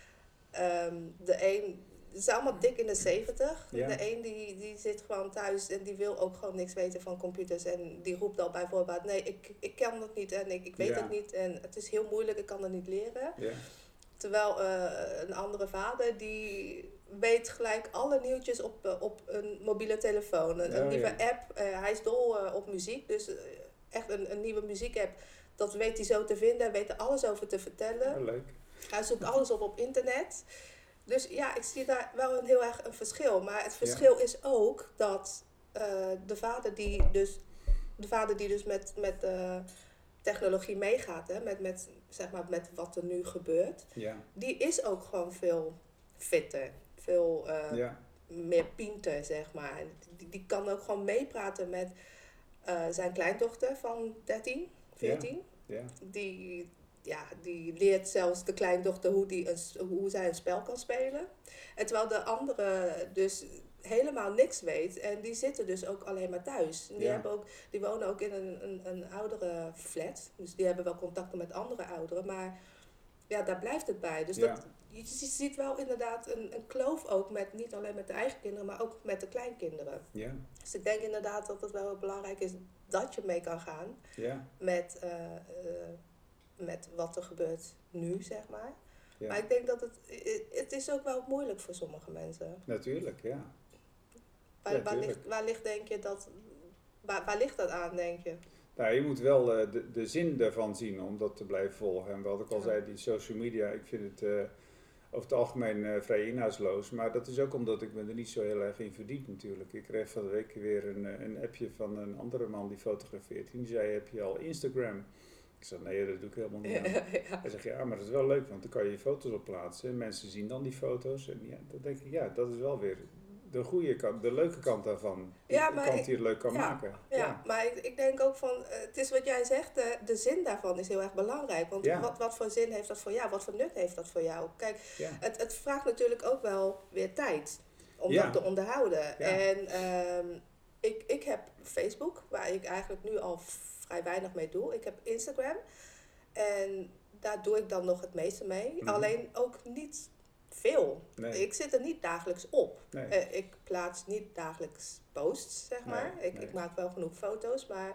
Um, de een, ze zijn allemaal dik in de zeventig. Ja. De een die, die zit gewoon thuis en die wil ook gewoon niks weten van computers. En die roept al bijvoorbeeld, nee, ik, ik kan dat niet en ik, ik weet ja. het niet. En het is heel moeilijk, ik kan dat niet leren. Ja. Terwijl uh, een andere vader, die weet gelijk alle nieuwtjes op, uh, op een mobiele telefoon. Een, Oh, een nieuwe ja. app, uh, hij is dol uh, op muziek. Dus uh, echt een, een nieuwe muziekapp, dat weet hij zo te vinden. Hij weet er alles over te vertellen. Oh, leuk. Hij zoekt alles op op internet. Dus ja, ik zie daar wel een heel erg een verschil. Maar het verschil Ja. is ook dat uh, de vader die dus, de vader die dus met, met uh, technologie meegaat, hè, met, met, zeg maar, met wat er nu gebeurt, Ja. die is ook gewoon veel fitter, veel uh, Ja. meer pinter, zeg maar. Die, die kan ook gewoon meepraten met uh, zijn kleindochter van dertien, veertien. Ja. Ja. Die, ja, die leert zelfs de kleindochter hoe, die een, hoe zij een spel kan spelen. En terwijl de andere dus helemaal niks weet. En die zitten dus ook alleen maar thuis. En die, Ja. hebben ook, die wonen ook in een, een, een oudere flat. Dus die hebben wel contacten met andere ouderen. Maar ja, daar blijft het bij. Dus Ja. dat, je, je ziet wel inderdaad een, een kloof ook met niet alleen met de eigen kinderen, maar ook met de kleinkinderen. Ja. Dus ik denk inderdaad dat het wel heel belangrijk is dat je mee kan gaan Ja. met, uh, uh, met wat er gebeurt nu, zeg maar. Ja. Maar ik denk dat het, het is ook wel moeilijk voor sommige mensen. Natuurlijk, ja. Waar, Ja, waar, tuurlijk. ligt, waar ligt denk je dat, waar, waar ligt dat aan, denk je? Nou, je moet wel uh, de, de zin daarvan zien om dat te blijven volgen. En wat ik al Ja. zei, die social media, ik vind het uh, over het algemeen uh, vrij inhoudsloos. Maar dat is ook omdat ik me er niet zo heel erg in verdiep natuurlijk. Ik kreeg van de week weer een, een appje van een andere man die fotografeert. Die zei, heb je al Instagram? Ik zei, nee, dat doe ik helemaal niet aan. Ja. Hij zegt, ja, maar dat is wel leuk, want dan kan je je foto's op plaatsen. En mensen zien dan die foto's. En ja, dan denk ik, ja, dat is wel weer de goede kant, de leuke kant daarvan. Ja, de maar kant ik- die het leuk kan ja, maken. Ja, maar ik, ik denk ook van, uh, het is wat jij zegt, de, de zin daarvan is heel erg belangrijk. Want Ja. wat, wat voor zin heeft dat voor jou? Wat voor nut heeft dat voor jou? Kijk, Ja. het, het vraagt natuurlijk ook wel weer tijd om Ja. dat te onderhouden. Ja. En um, ik, ik heb Facebook, waar ik eigenlijk nu al vrij weinig mee doe. Ik heb Instagram en daar doe ik dan nog het meeste mee. Mhm. Alleen ook niet veel. Nee. Ik zit er niet dagelijks op. Nee. Uh, ik plaats niet dagelijks posts, zeg maar. Nee, ik, nee. ik maak wel genoeg foto's, maar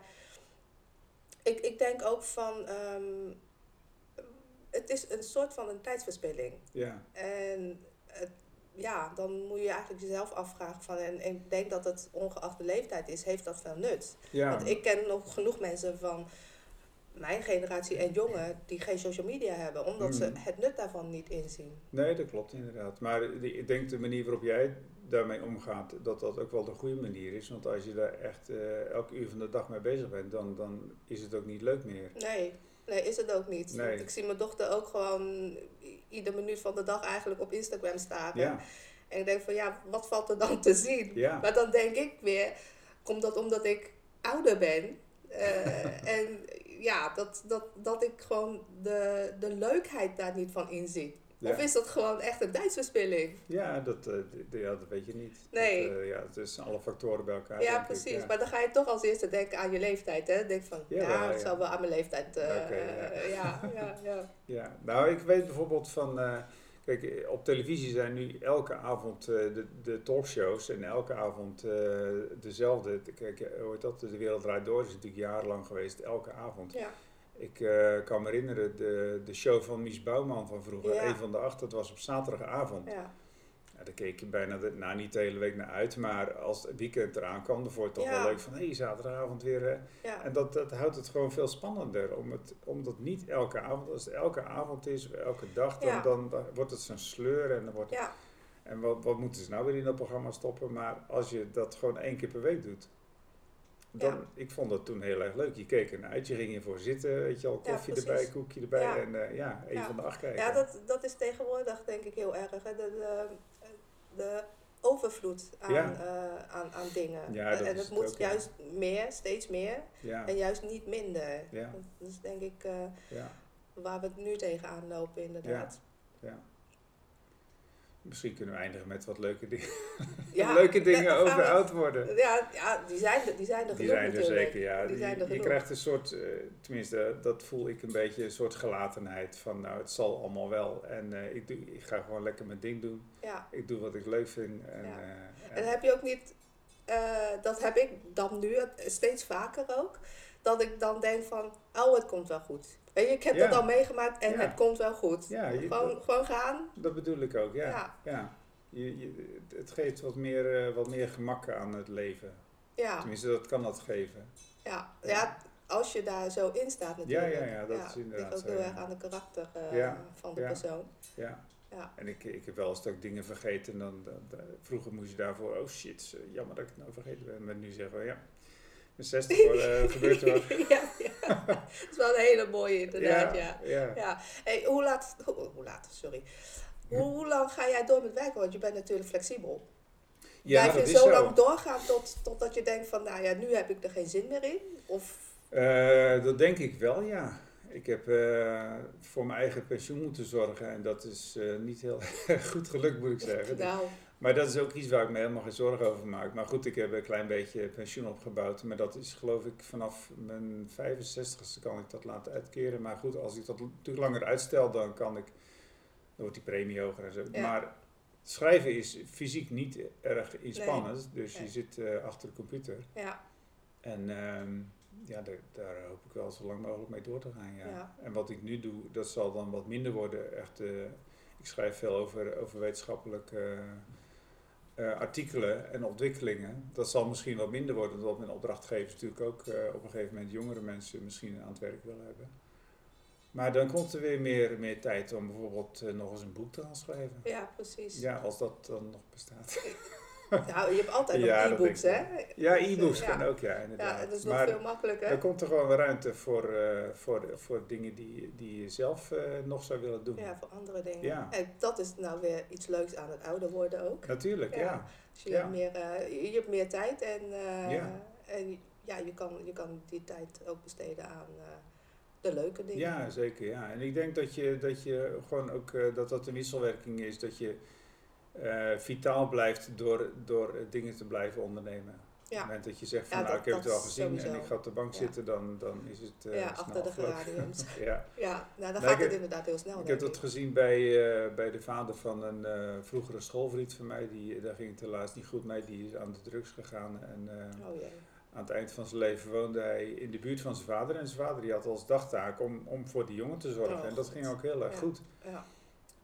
ik, ik denk ook van, um, het is een soort van een tijdsverspilling. Ja. En het, ja, dan moet je eigenlijk jezelf afvragen van, en, en ik denk dat het ongeacht de leeftijd is, heeft dat veel nut. Ja. Want ik ken nog genoeg mensen van mijn generatie en jonger die geen social media hebben, omdat mm. ze het nut daarvan niet inzien. Nee, dat klopt inderdaad. Maar ik denk de manier waarop jij daarmee omgaat, dat dat ook wel de goede manier is. Want als je daar echt uh, elke uur van de dag mee bezig bent, dan, dan is het ook niet leuk meer. Nee, nee, is het ook niet. Nee. Want ik zie mijn dochter ook gewoon ieder minuut van de dag eigenlijk op Instagram staren. Ja. En ik denk van ja, wat valt er dan te zien? Ja. Maar dan denk ik weer, komt dat omdat ik ouder ben? Uh, en ja, dat, dat, dat ik gewoon de, de leukheid daar niet van inzie. Ja. Of is dat gewoon echt een tijdsverspilling? Ja, dat, uh, d- ja, dat weet je niet. Nee. Dat, uh, ja, het is alle factoren bij elkaar. Ja, precies. Ik, ja. Maar dan ga je toch als eerste denken aan je leeftijd. Hè? Denk van, ja, ja, ik ja. zal wel aan mijn leeftijd... Uh, okay, ja. Uh, ja, ja, ja. ja, nou ik weet bijvoorbeeld van... Uh, kijk, op televisie zijn nu elke avond uh, de, de talkshows en elke avond uh, dezelfde. Kijk, hoe heet dat? De Wereld Draait Door is natuurlijk jarenlang geweest, elke avond. Ja. Ik uh, kan me herinneren, de, de show van Mies Bouwman van vroeger, ja. een van de acht, dat was op zaterdagavond. Ja. Ja, daar keek je bijna, de, nou niet de hele week naar uit, maar als het weekend eraan kwam, dan vond je het toch ja. wel leuk van, hé, hey, zaterdagavond weer. Hè. Ja. En dat, dat houdt het gewoon veel spannender, om het, omdat niet elke avond, als het elke avond is, elke dag, dan, ja. dan, dan wordt het zo'n sleur en dan wordt het, ja. en wat, wat moeten ze nou weer in dat programma stoppen, maar als je dat gewoon één keer per week doet, dan, ja. ik vond dat toen heel erg leuk. Je keek ernaar uit, je ging ervoor zitten, weet je al, koffie ja, erbij, koekje erbij ja. en uh, ja, één ja. van de acht kijken. Ja, dat, dat is tegenwoordig denk ik heel erg. Hè. De, de, de overvloed aan, ja. uh, aan, aan dingen. Ja, dat en het moet ook, juist ja. meer, steeds meer ja. en juist niet minder. Ja. Dat is denk ik uh, ja. waar we het nu tegenaan lopen inderdaad. Ja. Ja. Misschien kunnen we eindigen met wat leuke dingen, ja, leuke dingen over we, oud worden. Ja, ja die, zijn, die zijn er die genoeg zijn er natuurlijk. zeker, ja. Die die, zijn er je krijgt een soort, uh, tenminste dat voel ik een beetje, een soort gelatenheid van nou het zal allemaal wel. En uh, ik, doe, ik ga gewoon lekker mijn ding doen. Ja. Ik doe wat ik leuk vind. En, ja. uh, en, en heb je ook niet, uh, dat heb ik dan nu steeds vaker ook, dat ik dan denk van, oh het komt wel goed. Weet je, ik heb ja. dat al meegemaakt en ja. het komt wel goed. Ja, je, gewoon, dat, gewoon gaan. Dat bedoel ik ook, ja. ja. ja. Je, je, het geeft wat meer, uh, wat meer gemak aan het leven. Ja. Tenminste, dat kan dat geven. Ja, ja. ja als je daar zo in staat natuurlijk. Ja, ja, ja, dat ja, is inderdaad ligt ook zo, heel ja. erg aan de karakter uh, ja. van de ja. persoon. Ja. ja. En ik, ik heb wel eens ook dingen vergeten. En dan, dan, dan, vroeger moest je daarvoor, oh shit, jammer dat ik het nou vergeten ben. Maar nu zeggen we, ja, met zestig uh, gebeurt er wat. ja, ja. Dat is wel een hele mooie inderdaad, ja. ja. ja. ja. Hey, hoe laat, hoe, hoe laat, sorry. Hoe, hoe lang ga jij door met werken? Want je bent natuurlijk flexibel. Ja, Blijf je dat zo, is zo lang doorgaan tot, totdat je denkt van, nou ja, nu heb ik er geen zin meer in? Of? Uh, dat denk ik wel, ja. Ik heb uh, voor mijn eigen pensioen moeten zorgen en dat is uh, niet heel goed gelukt, moet ik zeggen. Nou. Maar dat is ook iets waar ik me helemaal geen zorgen over maak. Maar goed, ik heb een klein beetje pensioen opgebouwd. Maar dat is geloof ik vanaf mijn vijfenzestigste kan ik dat laten uitkeren. Maar goed, als ik dat natuurlijk langer uitstel, dan kan ik, dan wordt die premie hoger en zo. Ja. Maar schrijven is fysiek niet erg inspannend. Nee. Dus nee. je zit uh, achter de computer. Ja. En um, ja, daar, daar hoop ik wel zo lang mogelijk mee door te gaan. Ja. Ja. En wat ik nu doe, dat zal dan wat minder worden. Echt, uh, ik schrijf veel over, over wetenschappelijke uh, artikelen en ontwikkelingen. Dat zal misschien wat minder worden, omdat mijn opdrachtgevers natuurlijk ook uh, op een gegeven moment jongere mensen misschien aan het werk willen hebben. Maar dan komt er weer meer, meer tijd om bijvoorbeeld uh, nog eens een boek te gaan schrijven. Ja, precies. Ja, als dat dan nog bestaat. Nou, je hebt altijd nog ja, e-books, hè? Ja, e-books ja. kan ook, ja, inderdaad. Ja, dat is nog maar veel makkelijker. Er komt er gewoon ruimte voor, uh, voor, voor dingen die, die je zelf uh, nog zou willen doen. Ja, voor andere dingen. Ja. En dat is nou weer iets leuks aan het ouder worden ook. Natuurlijk, ja. ja. Dus je, ja. hebt meer, uh, je hebt meer tijd en, uh, ja. en ja, je, kan, je kan die tijd ook besteden aan uh, de leuke dingen. Ja, zeker, ja. En ik denk dat je, dat je gewoon ook, uh, dat dat een wisselwerking is, dat je Uh, vitaal blijft door, door uh, dingen te blijven ondernemen. Ja. Op het moment dat je zegt van ja, nou dat, ik heb het wel gezien sowieso. En ik ga op de bank ja. zitten, dan, dan is het uh, ja, achter de geraniums. ja, ja nou, dan maar gaat ik, het inderdaad heel snel. Ik heb dat gezien bij, uh, bij de vader van een uh, vroegere schoolvriend van mij, die, daar ging het helaas niet goed mee, die is aan de drugs gegaan en uh, oh, aan het eind van zijn leven woonde hij in de buurt van zijn vader en zijn vader die had als dagtaak om, om voor die jongen te zorgen oh, en dat goed. ging ook heel erg ja. goed. Ja.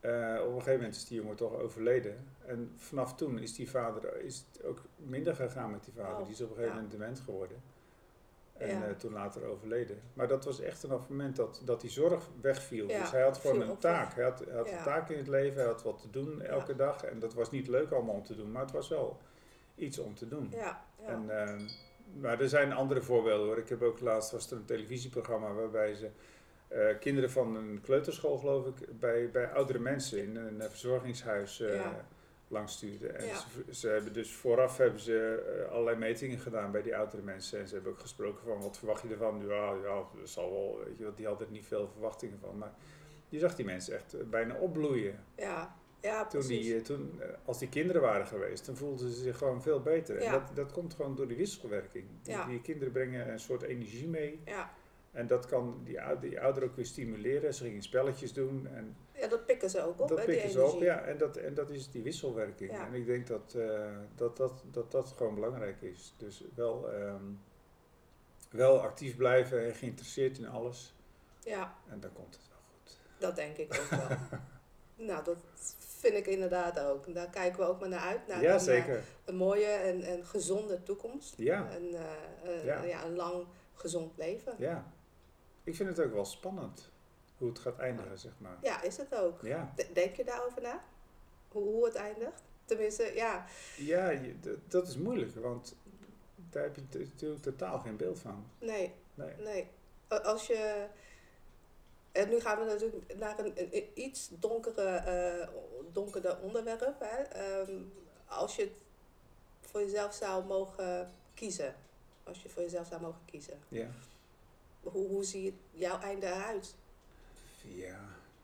Uh, op een gegeven moment is die jongen toch overleden. En vanaf toen is die vader is het ook minder gegaan met die vader. Oh, die is op een gegeven ja. moment dement geworden. En Ja. uh, toen later overleden. Maar dat was echt vanaf het moment dat, dat die zorg wegviel. Ja, dus hij had gewoon viel een ook taak. weg. Hij had, hij had Ja. een taak in het leven. Hij had wat te doen elke Ja. dag. En dat was niet leuk allemaal om te doen. Maar het was wel iets om te doen. Ja, ja. En, uh, maar er zijn andere voorbeelden hoor. Ik heb ook laatst was er een televisieprogramma waarbij ze uh, kinderen van een kleuterschool geloof ik bij, bij oudere mensen in een uh, verzorgingshuis uh, ja. langs stuurden. En ja. ze, ze hebben dus vooraf hebben ze uh, allerlei metingen gedaan bij die oudere mensen. En ze hebben ook gesproken van wat verwacht je ervan? Ja, ja, dat zal wel, weet je, want die hadden er niet veel verwachtingen van. Maar je zag die mensen echt uh, bijna opbloeien. Ja. Ja, toen die, toen, als die kinderen waren geweest, dan voelden ze zich gewoon veel beter. Ja. En dat, dat komt gewoon door die wisselwerking. Ja. Die, die kinderen brengen een soort energie mee. Ja. En dat kan die, die ouderen ook weer stimuleren. Ze gingen spelletjes doen. En ja, dat pikken ze ook op, dat hè, pikken die ze energie. op, ja. En dat, en dat is die wisselwerking. Ja. En ik denk dat, uh, dat, dat, dat dat gewoon belangrijk is. Dus wel, um, wel actief blijven en geïnteresseerd in alles. Ja. En dan komt het wel goed. Dat denk ik ook wel. Nou, dat vind ik inderdaad ook. Daar kijken we ook maar naar uit. Naar ja, een, zeker. Uh, een mooie en, en gezonde toekomst. Ja. En uh, uh, ja. ja, een lang gezond leven. Ja. Ik vind het ook wel spannend hoe het gaat eindigen, ja. zeg maar. Ja, is het ook. Ja. D- denk je daarover na? Hoe, hoe het eindigt? Tenminste, ja. Ja, je, d- dat is moeilijk, want daar heb je t- natuurlijk totaal geen beeld van. Nee. Nee. nee. Als je... En nu gaan we natuurlijk naar een, een, een iets donkere, uh, donkerder onderwerp. Hè. Um, als je het voor jezelf zou mogen kiezen. Als je voor jezelf zou mogen kiezen. Ja. Hoe, hoe ziet jouw einde eruit? Ja.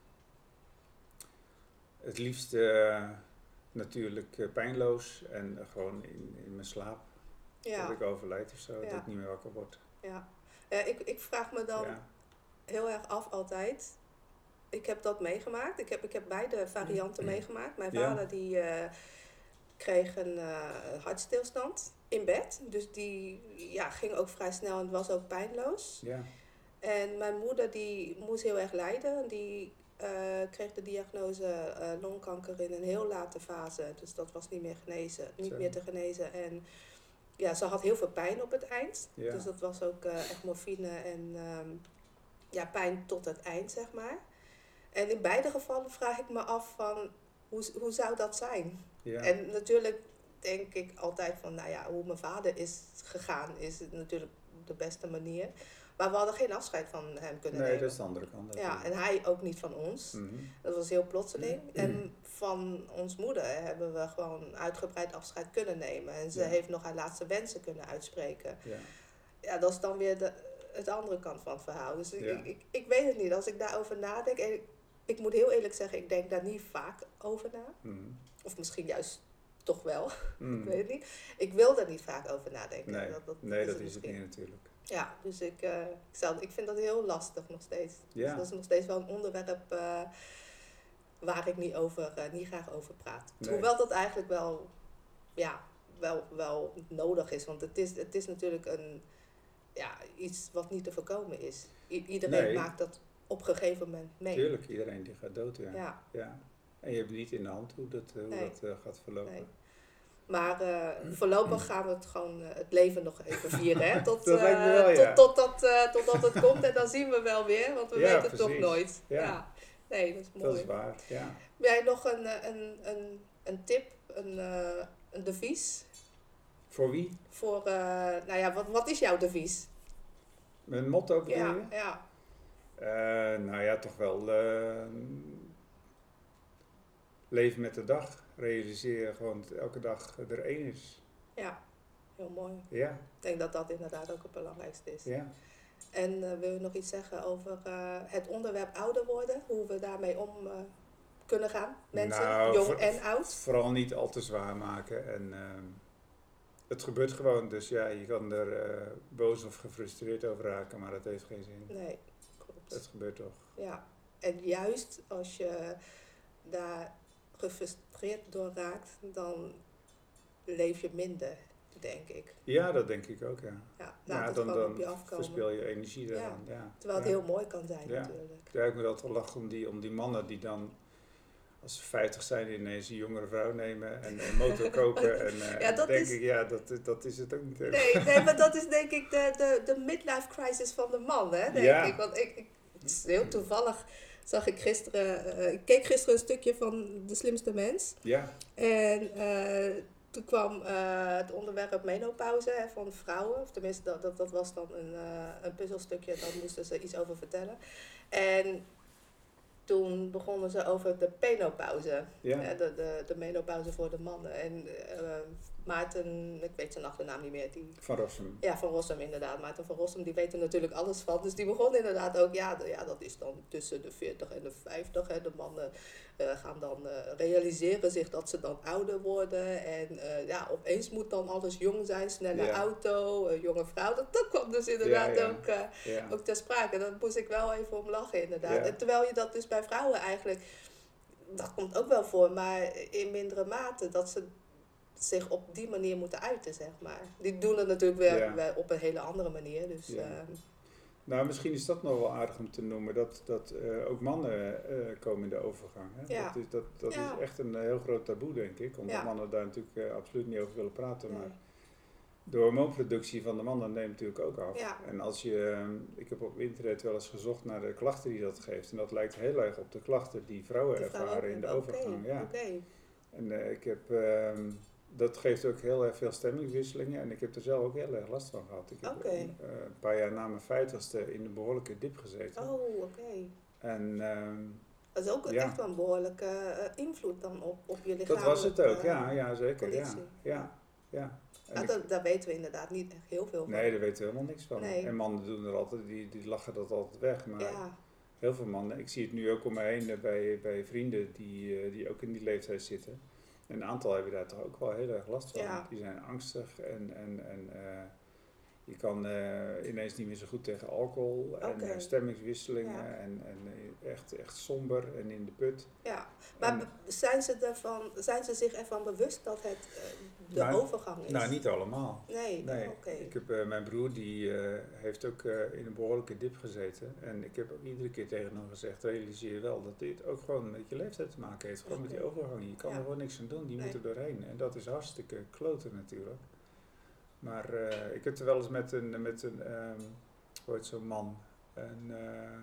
Het liefst uh, natuurlijk uh, pijnloos en uh, gewoon in, in mijn slaap. Ja. Dat ik overlijd of zo, ja. dat ik niet meer wakker word. Ja, ja ik, ik vraag me dan... Ja. heel erg af altijd. Ik heb dat meegemaakt. Ik heb, ik heb beide varianten ja. meegemaakt. Mijn vader ja. die uh, kreeg een uh, hartstilstand in bed. Dus die ja, ging ook vrij snel en was ook pijnloos. Ja. En mijn moeder die moest heel erg lijden. Die uh, kreeg de diagnose uh, longkanker in een heel late fase. Dus dat was niet meer genezen, niet Zo. meer te genezen. En ja, ze had heel veel pijn op het eind. Ja. Dus dat was ook uh, echt morfine en... Um, ja, pijn tot het eind, zeg maar. En in beide gevallen vraag ik me af van, hoe, hoe zou dat zijn? Ja. En natuurlijk denk ik altijd van, nou ja, hoe mijn vader is gegaan, is natuurlijk de beste manier. Maar we hadden geen afscheid van hem kunnen nee, nemen. Nee, dat is de andere kant. Ja, en hij ook niet van ons. Mm-hmm. Dat was heel plotseling. Mm-hmm. En van ons moeder hebben we gewoon uitgebreid afscheid kunnen nemen. En ze ja. heeft nog haar laatste wensen kunnen uitspreken. Ja, ja dat is dan weer de... het andere kant van het verhaal. Dus ik, ja. ik, ik, ik weet het niet. Als ik daarover nadenk... En ik, ik moet heel eerlijk zeggen, ik denk daar niet vaak over na. Mm. Of misschien juist toch wel. Mm. Ik weet het niet. Ik wil daar niet vaak over nadenken. Nee, dat, dat, nee, is dat het is het niet natuurlijk. Ja, dus ik, uh, ik, zal, ik vind dat heel lastig nog steeds. Ja. Dus dat is nog steeds wel een onderwerp... Uh, waar ik niet, over, uh, niet graag over praat. Nee. Hoewel dat eigenlijk wel... Ja, wel, wel nodig is. Want het is, het is natuurlijk een... Ja, iets wat niet te voorkomen is. I- iedereen nee. maakt dat op een gegeven moment mee. Tuurlijk, iedereen die gaat dood, ja. ja. ja. En je hebt niet in de hand hoe dat, uh, hoe nee. dat uh, gaat verlopen. Nee. Maar uh, voorlopig gaan we het gewoon uh, het leven nog even vieren. Hè? Tot, dat uh, lijkt me wel, tot, ja. tot, tot, uh, totdat het komt en dan zien we wel weer. Want we ja, weten precies. het toch nooit. Ja. ja. Nee, dat is mooi. Dat is waar, ja. Heb jij nog een, een, een, een tip, een, uh, een devies? Voor wie? Voor, uh, nou ja, wat, wat is jouw devies? Mijn motto bedoel ja, je? Ja, uh, nou ja, toch wel uh, leven met de dag. Realiseer gewoon dat elke dag er één is. Ja, heel mooi. Ja. Ik denk dat dat inderdaad ook het belangrijkste is. Ja. En uh, wil je nog iets zeggen over uh, het onderwerp ouder worden? Hoe we daarmee om uh, kunnen gaan? Mensen, nou, jong voor, en oud? Vooral niet al te zwaar maken. En uh, het gebeurt gewoon. Dus ja, je kan er uh, boos of gefrustreerd over raken, maar dat heeft geen zin. Nee, klopt. Het gebeurt toch. Ja, en juist als je daar gefrustreerd door raakt, dan leef je minder, denk ik. Ja, dat denk ik ook, ja. Ja, laat ja, het dan, gewoon dan op je afkomen. Verspil je energie eraan, ja. ja. Terwijl het ja. heel mooi kan zijn, ja. natuurlijk. Ja, ik moet altijd lachen om die, om die mannen die dan als ze vijftig zijn ineens een jongere vrouw nemen en een motor kopen. En uh, ja, dat denk is... ik, ja, dat, dat is het ook niet. Nee, nee, maar dat is denk ik de, de, de midlife crisis van de man, hè, denk ja. ik. Want ik, ik, het is heel toevallig zag ik gisteren, uh, ik keek gisteren een stukje van De Slimste Mens. Ja. En uh, toen kwam uh, het onderwerp menopauze hè, van vrouwen. Of tenminste, dat, dat, dat was dan een, uh, een puzzelstukje, daar moesten ze iets over vertellen. En toen begonnen ze over de penopauze, ja. uh, de, de, de menopauze voor de mannen. En uh, Maarten, ik weet zijn achternaam niet meer. Die, van Rossum. Ja, van Rossum inderdaad. Maarten van Rossum, die weet er natuurlijk alles van. Dus die begon inderdaad ook, ja, de, ja dat is dan tussen de veertig en de vijftig. Hè. De mannen uh, gaan dan uh, realiseren zich dat ze dan ouder worden. En uh, ja, opeens moet dan alles jong zijn, snelle ja. auto, uh, jonge vrouw. Dat, dat kwam dus inderdaad ja, ja. Ook, uh, ja. ook ter sprake. Daar moest ik wel even om lachen inderdaad. Ja. En terwijl je dat dus bij vrouwen eigenlijk, dat komt ook wel voor, maar in mindere mate, dat ze zich op die manier moeten uiten, zeg maar. Die doen het natuurlijk weer, ja. weer op een hele andere manier. Dus, ja. uh, nou, misschien is dat nog wel aardig om te noemen, dat, dat uh, ook mannen uh, komen in de overgang. Hè? Ja. Dat, is, dat, dat ja. is echt een heel groot taboe, denk ik. Omdat ja. mannen daar natuurlijk uh, absoluut niet over willen praten. Nee. Maar de hormoonproductie van de mannen neemt natuurlijk ook af. Ja. En als je, uh, ik heb op internet wel eens gezocht naar de klachten die dat geeft. En dat lijkt heel erg op de klachten die vrouwen de ervaren vrouwen, in de okay. overgang. Ja. Okay. En uh, ik heb... Uh, dat geeft ook heel erg veel stemmingswisselingen en ik heb er zelf ook heel erg last van gehad. Ik heb okay. een, uh, een paar jaar na mijn vijftigste in een behoorlijke dip gezeten. Oh, oké. Okay. En um, dat is ook ja. echt wel een behoorlijke uh, invloed dan op, op je lichaam. Dat was het ook, uh, ja, ja zeker. Ja, conditie. ja, ja. Nou, dat, daar weten we inderdaad niet echt heel veel van. Nee, daar weten we helemaal niks van. Nee. En mannen doen er altijd, die, die lachen dat altijd weg. Maar ja. heel veel mannen, ik zie het nu ook om me heen bij, bij vrienden die, uh, die ook in die leeftijd zitten. Een aantal hebben daar toch ook wel heel erg last van. Ja. Die zijn angstig en, en, en uh, je kan uh, ineens niet meer zo goed tegen alcohol en okay. uh, stemmingswisselingen ja. en, en uh, echt, echt somber en in de put. Ja, maar en, zijn, ze ervan, zijn ze zich ervan bewust dat het uh, de nou, overgang is? Nou, niet allemaal. Nee, nee. Oh, okay. Ik heb uh, mijn broer die uh, heeft ook uh, in een behoorlijke dip gezeten. En ik heb ook iedere keer tegen hem gezegd, realiseer je wel dat dit ook gewoon met je leeftijd te maken heeft. Gewoon okay. met die overgang. Je kan ja. er gewoon niks aan doen, die nee. moet er doorheen. En dat is hartstikke kloten natuurlijk. Maar uh, ik heb er wel eens met een, met een um, hoe heet zo'n man, een, uh,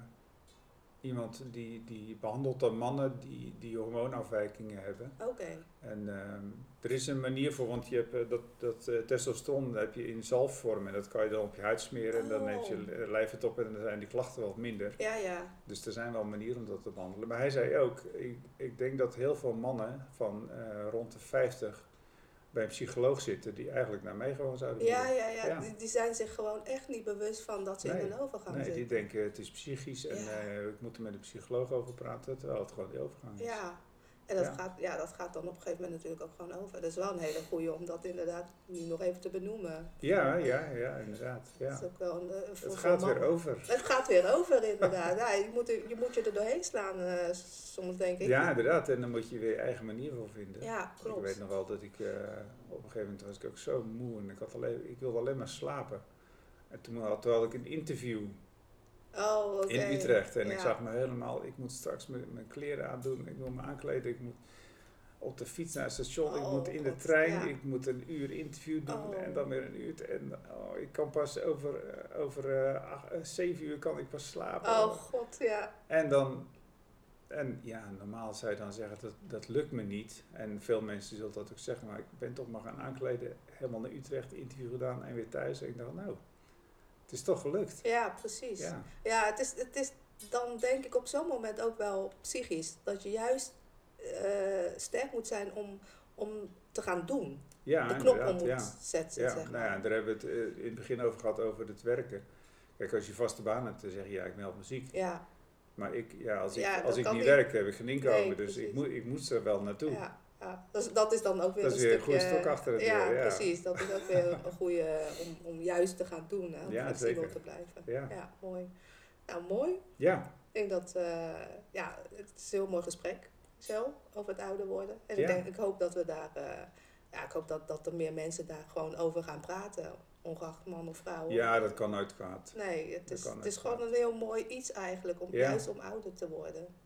iemand die, die behandelt dan mannen die, die hormoonafwijkingen hebben. Oké. Okay. En um, er is een manier voor, want je hebt uh, dat, dat uh, testosteron dat heb je in zalfvorm en dat kan je dan op je huid smeren en dan oh. neemt je uh, lijf het op en dan zijn die klachten wat minder. Ja, ja. Dus er zijn wel manieren om dat te behandelen. Maar hij zei ook, ik, ik denk dat heel veel mannen van uh, rond de vijftig bij een psycholoog zitten die eigenlijk naar mij gewoon zouden ja, ja, ja, ja. ja. Die, die zijn zich gewoon echt niet bewust van dat ze nee, in een overgang nee, zitten. Nee, die denken het is psychisch en ja. uh, ik moet er met een psycholoog over praten, terwijl het gewoon die overgang is. Ja, en dat, ja. Gaat, ja, dat gaat dan op een gegeven moment natuurlijk ook gewoon over. Dat is wel een hele goeie om dat inderdaad nu nog even te benoemen. Ja, ja, ja, inderdaad. Ja. Dat is ook wel een, een het gaat man. weer over. Het gaat weer over, inderdaad. Ja, je, moet, je moet je er doorheen slaan, uh, soms denk ik. Ja, inderdaad. En dan moet je weer je eigen manier voor vinden. Ja, klopt. Ik weet nog wel dat ik, uh, op een gegeven moment was ik ook zo moe en ik, had alleen, ik wilde alleen maar slapen. En toen had, toen had ik een interview oh, okay. in Utrecht en ja. ik zag me helemaal, ik moet straks mijn, mijn kleren aandoen, ik moet me aankleden, ik moet op de fiets naar het station, oh, ik moet in de God, trein, ja. ik moet een uur interview doen oh. en dan weer een uur. En oh, ik kan pas over, uh, over uh, ach, uh, zeven uur kan ik pas slapen. Oh god, ja. En dan, en ja, normaal zou je dan zeggen dat dat lukt me niet. En veel mensen zullen dat ook zeggen, maar ik ben toch maar gaan aankleden, helemaal naar Utrecht, interview gedaan en weer thuis. En ik dacht, nou, het is toch gelukt. Ja, precies. Ja, ja het, is, het is dan denk ik op zo'n moment ook wel psychisch, dat je juist Uh, sterk moet zijn om, om te gaan doen. Ja, de knop om moet ja. zetten, ja, zeg maar. Nou ja, daar hebben we het uh, in het begin over gehad, over het werken. Kijk, als je vaste baan hebt, dan zeg je, ja, ik meld muziek. Ja. Maar ik, ja, als ik, ja, als ik niet niet werk, heb ik geen inkomen. Nee, dus ik, moet, ik moet er wel naartoe. Ja, ja. Dus dat is dan ook weer dat een is weer stukje... een goede stok achter het ja, deur. Ja, precies. Dat is ook weer een goede om, om juist te gaan doen. Hè, om ja, flexibel zeker. te blijven. Ja. ja, mooi. Nou, mooi. Ja. Ik denk dat, uh, ja, het is een heel mooi gesprek. Zo, over het ouder worden. En ja. ik, denk, ik hoop dat we daar, uh, ja, ik hoop dat, dat er meer mensen daar gewoon over gaan praten. Ongeacht man of vrouw. Ja, dat kan nooit kwaad. Nee, het is, het is gewoon een heel mooi iets eigenlijk, om, ja. juist om ouder te worden.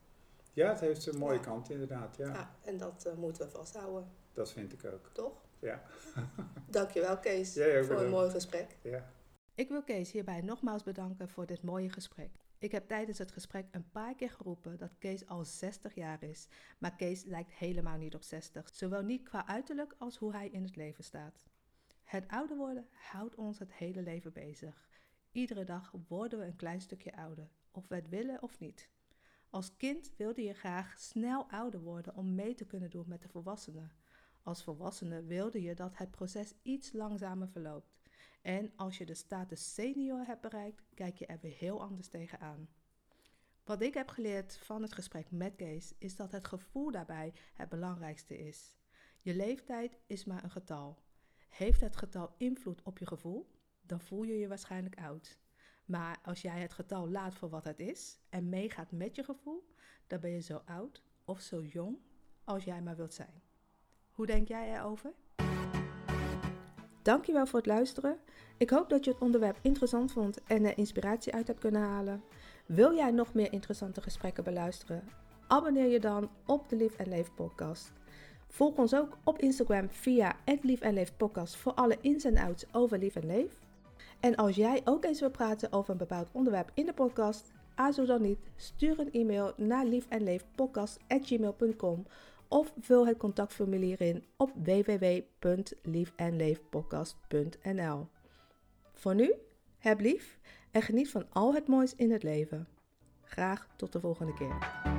Ja, het heeft een mooie Ja. kant inderdaad. Ja. Ja, en dat uh, moeten we vasthouden. Dat vind ik ook. Toch? Ja. Dankjewel Kees Jij ook voor een bedankt. mooi gesprek. Ja. Ik wil Kees hierbij nogmaals bedanken voor dit mooie gesprek. Ik heb tijdens het gesprek een paar keer geroepen dat Kees al zestig jaar is. Maar Kees lijkt helemaal niet op zestig. Zowel niet qua uiterlijk als hoe hij in het leven staat. Het ouder worden houdt ons het hele leven bezig. Iedere dag worden we een klein stukje ouder. Of we het willen of niet. Als kind wilde je graag snel ouder worden om mee te kunnen doen met de volwassenen. Als volwassene wilde je dat het proces iets langzamer verloopt. En als je de status senior hebt bereikt, kijk je er weer heel anders tegenaan. Wat ik heb geleerd van het gesprek met Kees is dat het gevoel daarbij het belangrijkste is. Je leeftijd is maar een getal. Heeft het getal invloed op je gevoel, dan voel je je waarschijnlijk oud. Maar als jij het getal laat voor wat het is en meegaat met je gevoel, dan ben je zo oud of zo jong als jij maar wilt zijn. Hoe denk jij erover? Dankjewel voor het luisteren. Ik hoop dat je het onderwerp interessant vond en er inspiratie uit hebt kunnen halen. Wil jij nog meer interessante gesprekken beluisteren? Abonneer je dan op de Lief en Leef podcast. Volg ons ook op Instagram via het Lief en Leef podcast voor alle ins en outs over Lief en Leef. En als jij ook eens wil praten over een bepaald onderwerp in de podcast, aarzel dan niet, stuur een e-mail naar lief en leef podcast at gmail punt com of vul het contactformulier in op w w w punt lief en leef podcast punt n l. Voor nu, heb lief en geniet van al het moois in het leven. Graag tot de volgende keer.